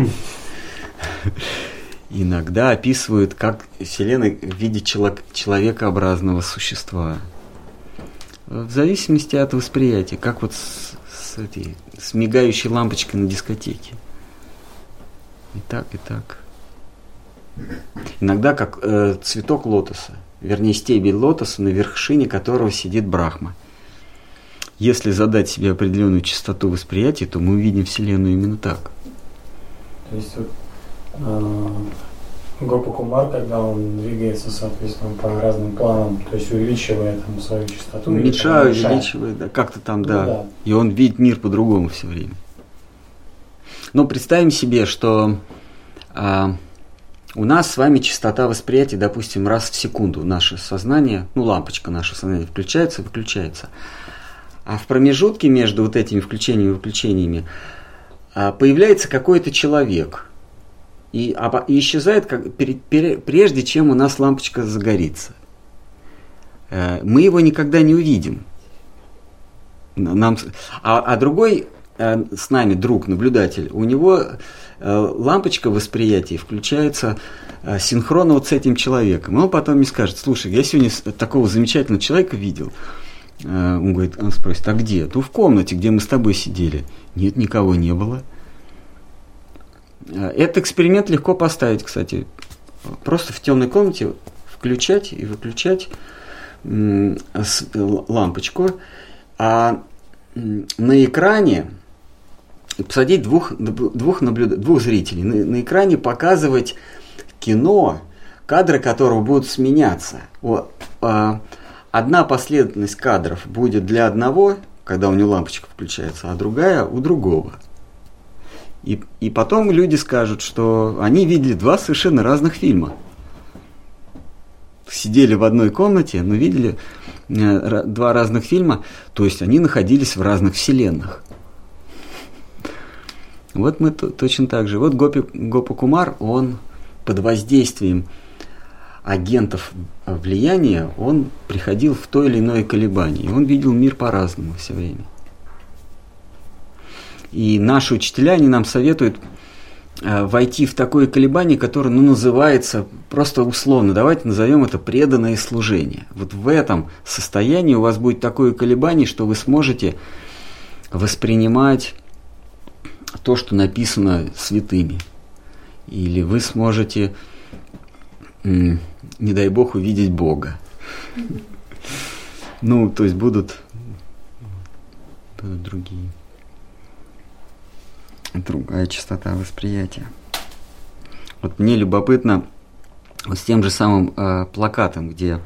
A: Иногда описывают как Вселенную в виде человекообразного существа. В зависимости от восприятия, как вот с мигающей лампочкой на дискотеке. И так, и так. Иногда как цветок лотоса, вернее стебель лотоса, на вершине которого сидит Брахма. Если задать себе определенную частоту восприятия, то мы увидим Вселенную именно так.
C: То есть вот Гопа Кумар, когда он двигается, соответственно, по разным планам, то есть увеличивая там свою частоту.
A: Уменьшая, увеличивая, да, как-то там, да. И он видит мир по-другому все время. Но представим себе, что у нас с вами частота восприятия, допустим, раз в секунду наше сознание, лампочка наше сознание включается и выключается. А в промежутке между вот этими включениями и выключениями появляется какой-то человек и исчезает прежде, чем у нас лампочка загорится. Мы его никогда не увидим. Другой с нами друг, наблюдатель, у него лампочка восприятия включается синхронно вот с этим человеком. И он потом мне скажет: слушай, я сегодня такого замечательного человека видел. Он спросит: а где? В комнате, где мы с тобой сидели. Нет, никого не было. Этот эксперимент легко поставить, кстати. Просто в темной комнате включать и выключать лампочку, а на экране посадить двух зрителей. На экране показывать кино, кадры которого будут сменяться. Одна последовательность кадров будет для одного, когда у него лампочка включается, а другая у другого. И потом люди скажут, что они видели два совершенно разных фильма. Сидели в одной комнате, но видели два разных фильма, то есть они находились в разных вселенных. Вот мы точно так же. Вот Гопа Кумар, он под воздействием агентов влияния, он приходил в то или иное колебание. И он видел мир по-разному все время. И наши учителя, они нам советуют войти в такое колебание, которое называется просто условно, давайте назовем это преданное служение. Вот в этом состоянии у вас будет такое колебание, что вы сможете воспринимать то, что написано святыми. Или вы сможете, не дай Бог, увидеть Бога. То есть будут другие. Другая частота восприятия. Вот мне любопытно вот с тем же самым плакатом, где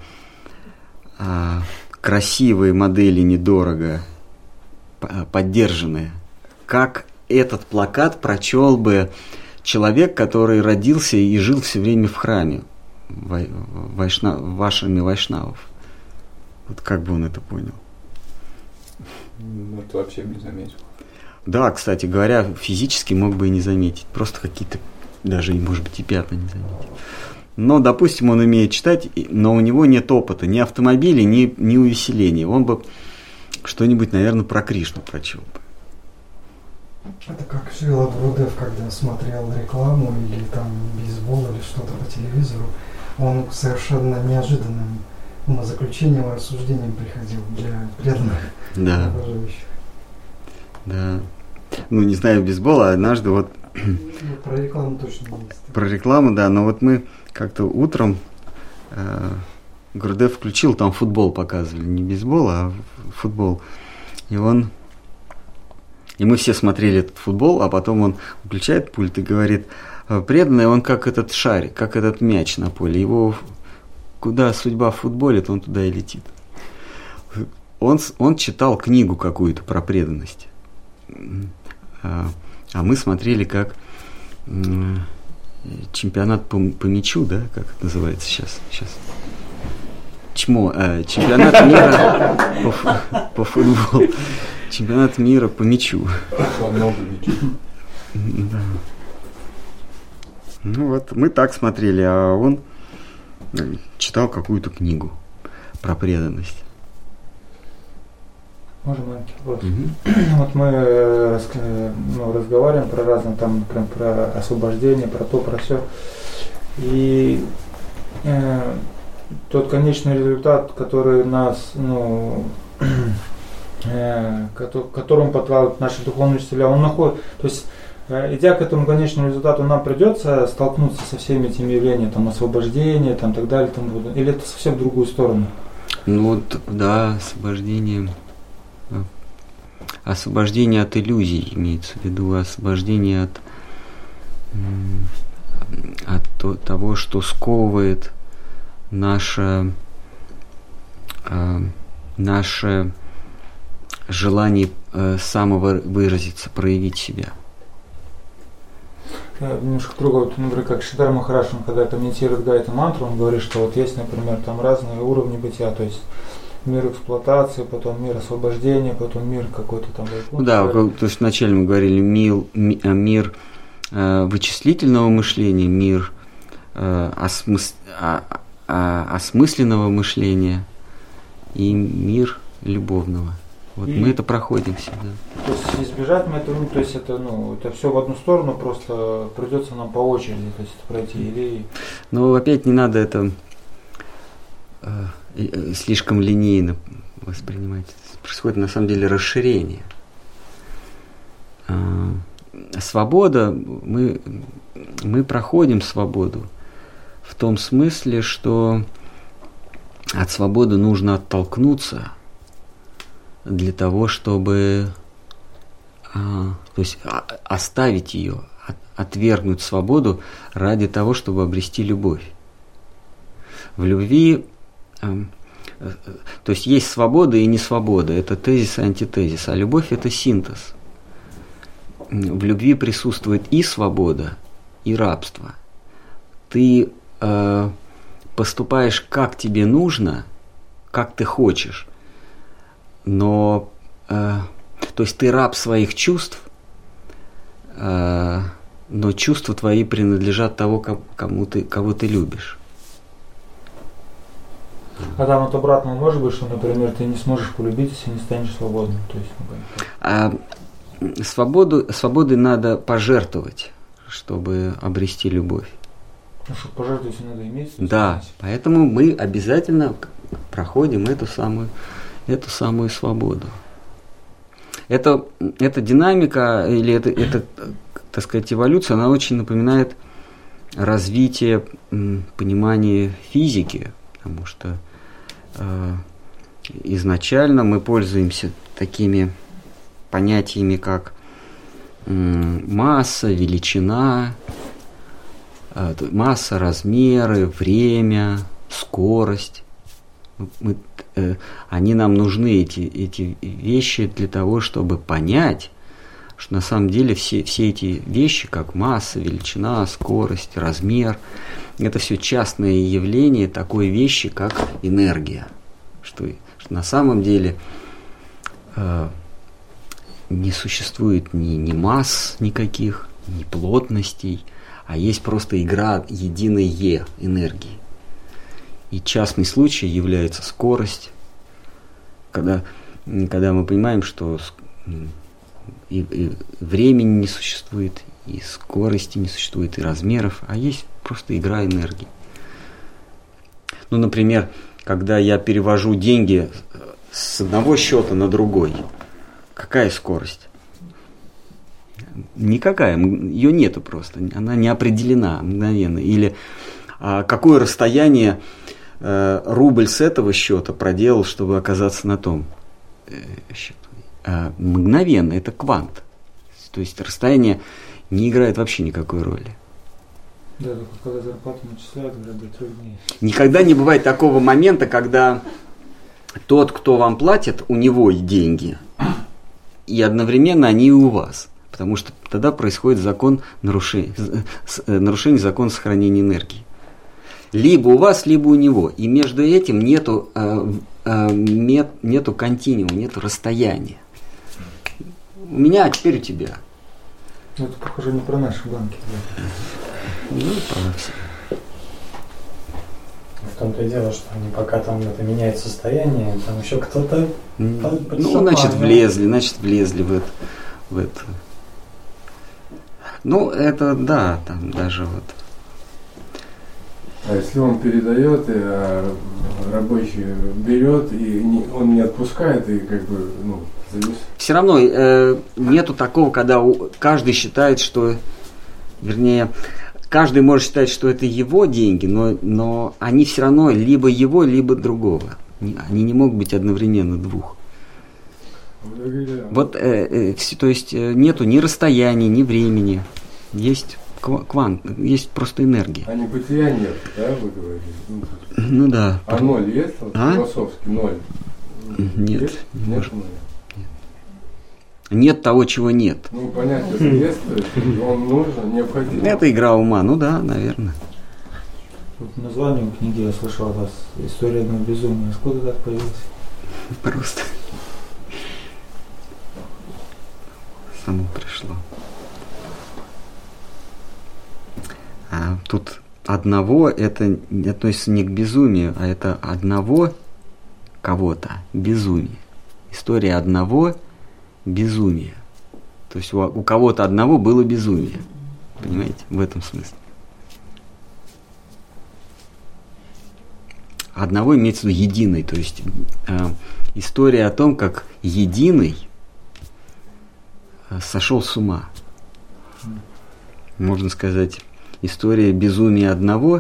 A: красивые модели недорого поддержанные. Как этот плакат прочел бы человек, который родился и жил все время в храме вашими вайшнавов? Вот как бы он это понял?
B: Это вообще бы не заметил.
A: Да, кстати говоря, физически мог бы и не заметить. Просто какие-то, даже, может быть, и пятна не заметить. Но, допустим, он умеет читать, но у него нет опыта ни автомобилей, ни увеселения. Он бы что-нибудь, наверное, про Кришну прочел бы.
G: Это как Шрила Гурудев, когда смотрел рекламу или там бейсбол или что-то по телевизору, он совершенно неожиданным заключением и рассуждением приходил для преданных окружающих.
A: Да. Ну, не знаю бейсбола, а однажды вот...
G: Про рекламу точно есть.
A: Про рекламу, да, но вот мы как-то утром Гурудев включил, там футбол показывали, не бейсбол, а футбол. И мы все смотрели этот футбол, а потом он включает пульт и говорит: преданный, он как этот шарик, как этот мяч на поле. Его куда судьба в футболе, то он туда и летит. Он читал книгу какую-то про преданность. А мы смотрели как чемпионат по мячу, да, как это называется сейчас. Чемпионат мира по футболу. Чемпионат мира по мячу.
F: Много мячей.
A: Да. Ну вот, мы так смотрели, а он читал какую-то книгу про преданность.
E: Можно маленький вопрос? Вот мы разговариваем про разные, там, например, про освобождение, про то, про все. И тот конечный результат, который нас, которым подкладывают наши духовные учителя, он находит, то есть, идя к этому конечному результату, нам придется столкнуться со всеми этими явлениями, там, освобождения, там, так далее, там, или это совсем в другую сторону?
A: Ну вот, да, освобождение от иллюзий имеется в виду, освобождение от того, что сковывает наше желание самовыразиться, проявить себя.
E: Немножко другое, например, как Шридар Махарадж, когда комментирует Гайатри мантру, он говорит, что вот есть, например, там разные уровни бытия, то есть мир эксплуатации, потом мир освобождения, потом мир какой-то там...
A: Да, то есть вначале мы говорили мир вычислительного мышления, мир осмысленного мышления и мир любовного. Вот мы это проходим всегда.
E: То есть избежать мы этого, то есть это, это все в одну сторону, просто придется нам по очереди, то есть пройти или...
A: Но опять не надо это слишком линейно воспринимать. Происходит на самом деле расширение. Свобода, мы проходим свободу в том смысле, что от свободы нужно оттолкнуться для того, чтобы то есть оставить ее, отвергнуть свободу ради того, чтобы обрести любовь. В любви, то есть свобода и несвобода, это тезис и антитезис, а любовь – это синтез. В любви присутствует и свобода, и рабство. Ты поступаешь, как тебе нужно, как ты хочешь, но, то есть ты раб своих чувств, но чувства твои принадлежат того, кого ты любишь.
E: А там вот обратно может быть, что, например, ты не сможешь полюбить, если не станешь свободным. То есть,
A: свободой надо пожертвовать, чтобы обрести любовь.
E: Ну, чтобы пожертвовать, надо иметь.
A: Да, поэтому мы обязательно проходим эту самую свободу. Эта динамика или эта, так сказать, эволюция, она очень напоминает развитие понимания физики, потому что изначально мы пользуемся такими понятиями, как масса, величина, масса, размеры, время, скорость. Они нам нужны, эти вещи, для того, чтобы понять, что на самом деле все эти вещи, как масса, величина, скорость, размер, это все частные явления такой вещи, как энергия. Что на самом деле не существует ни масс никаких, ни плотностей, а есть просто игра единой энергии. И частный случай является скорость, когда мы понимаем, что и времени не существует, и скорости не существует, и размеров, а есть просто игра энергии. Ну, например, когда я перевожу деньги с одного счета на другой, какая скорость? Никакая, ее нету просто, она не определена мгновенно. Или какое расстояние рубль с этого счета проделал, чтобы оказаться на том счету? Мгновенно, это квант. То есть расстояние не играет вообще никакой роли.
E: Да, только когда зарплату начисляют, гораздо труднее.
A: Никогда не бывает такого момента, когда тот, кто вам платит, у него деньги, и одновременно они и у вас. Потому что тогда происходит нарушение закона сохранения энергии. Либо у вас, либо у него. И между этим нету континуума, нету расстояния. У меня, а теперь у тебя.
E: Это похоже не про наши банки. Да.
A: Ну, про
C: В том-то и дело, что они пока там это меняет состояние, там еще кто-то...
A: Ну, значит, влезли в это. Ну, это, да, там даже вот.
F: А если он передает, и рабочий берет, и он не отпускает, и как бы, завис.
A: Все равно нету такого, когда каждый считает, что, вернее, каждый может считать, что это его деньги, но они все равно либо его, либо другого. Они не могут быть одновременно двух. Вот, то есть нету ни расстояния, ни времени, есть квант, есть просто энергия.
F: А небытия нет, да, вы говорите?
A: Ну да.
F: А ноль есть? Философский ноль?
A: Нет.
F: Есть? Нет нуля?
A: Нет того, чего нет.
F: Ну, понятно, средство, он нужен, необходим.
A: Это игра ума, ну да, наверное.
E: Вот название книги я слышал от вас «История одного безумия». Откуда так появилось?
A: Просто. Само пришло. А тут одного это не относится не к безумию, а это одного кого-то безумие. История одного безумия. То есть у кого-то одного было безумие. Понимаете? В этом смысле. Одного имеется в виду единый. То есть история о том, как единый сошел с ума. Можно сказать, история безумия одного,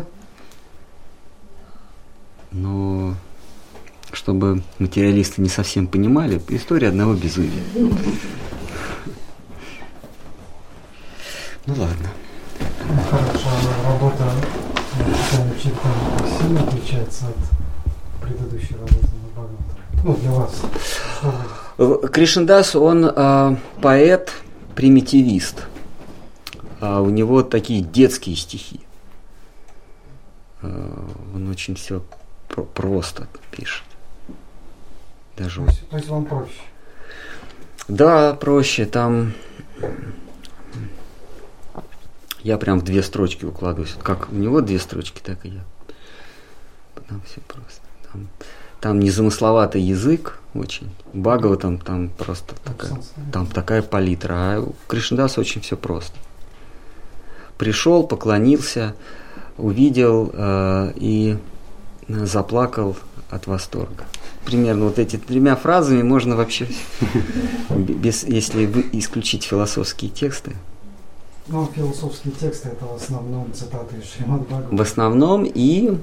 A: но чтобы материалисты не совсем понимали, история одного безумия. Ну ладно.
G: Хорошо, работа над читанием сильно отличается от предыдущей работы над Бхагаватом. Ну, для вас.
A: Кришнадас, он поэт-примитивист. У него такие детские стихи. Он очень все просто пишет. Даже
G: то есть вам проще?
A: Да, проще. Там я прям в 2 строчки укладываюсь. Как у него 2 строчки, так и я. Там все просто. Там незамысловатый язык очень. Бхагаватам там просто такая палитра. А у Кришнадаса очень все просто. Пришел, поклонился, увидел и заплакал от восторга. Примерно вот эти 3 фразами можно вообще, если исключить философские тексты.
G: Ну, философские тексты это в основном цитаты из Шримад Бхагавата.
A: В основном и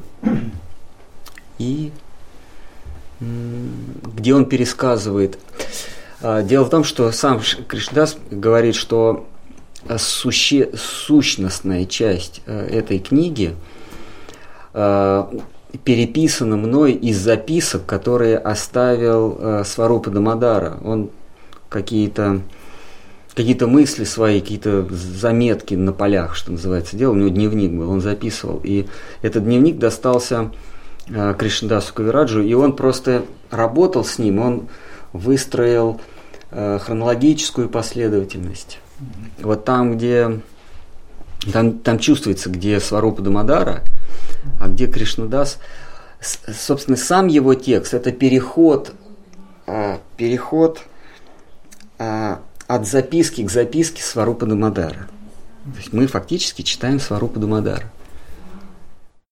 A: где он пересказывает. Дело в том, что сам Кришнадас говорит, что сущностная часть этой книги переписана мной из записок, которые оставил Сварупа Дамодара. Он какие-то мысли свои, какие-то заметки на полях, что называется, делал. У него дневник был, он записывал. И этот дневник достался Кришнадасу Кавираджу, и он просто работал с ним, он выстроил хронологическую последовательность. Вот там, где там чувствуется, где Сварупа Дамодара, а где Кришнадас. Собственно, сам его текст – это переход от записки к записке Сварупа Дамодара. То есть мы фактически читаем Сварупа Дамодара.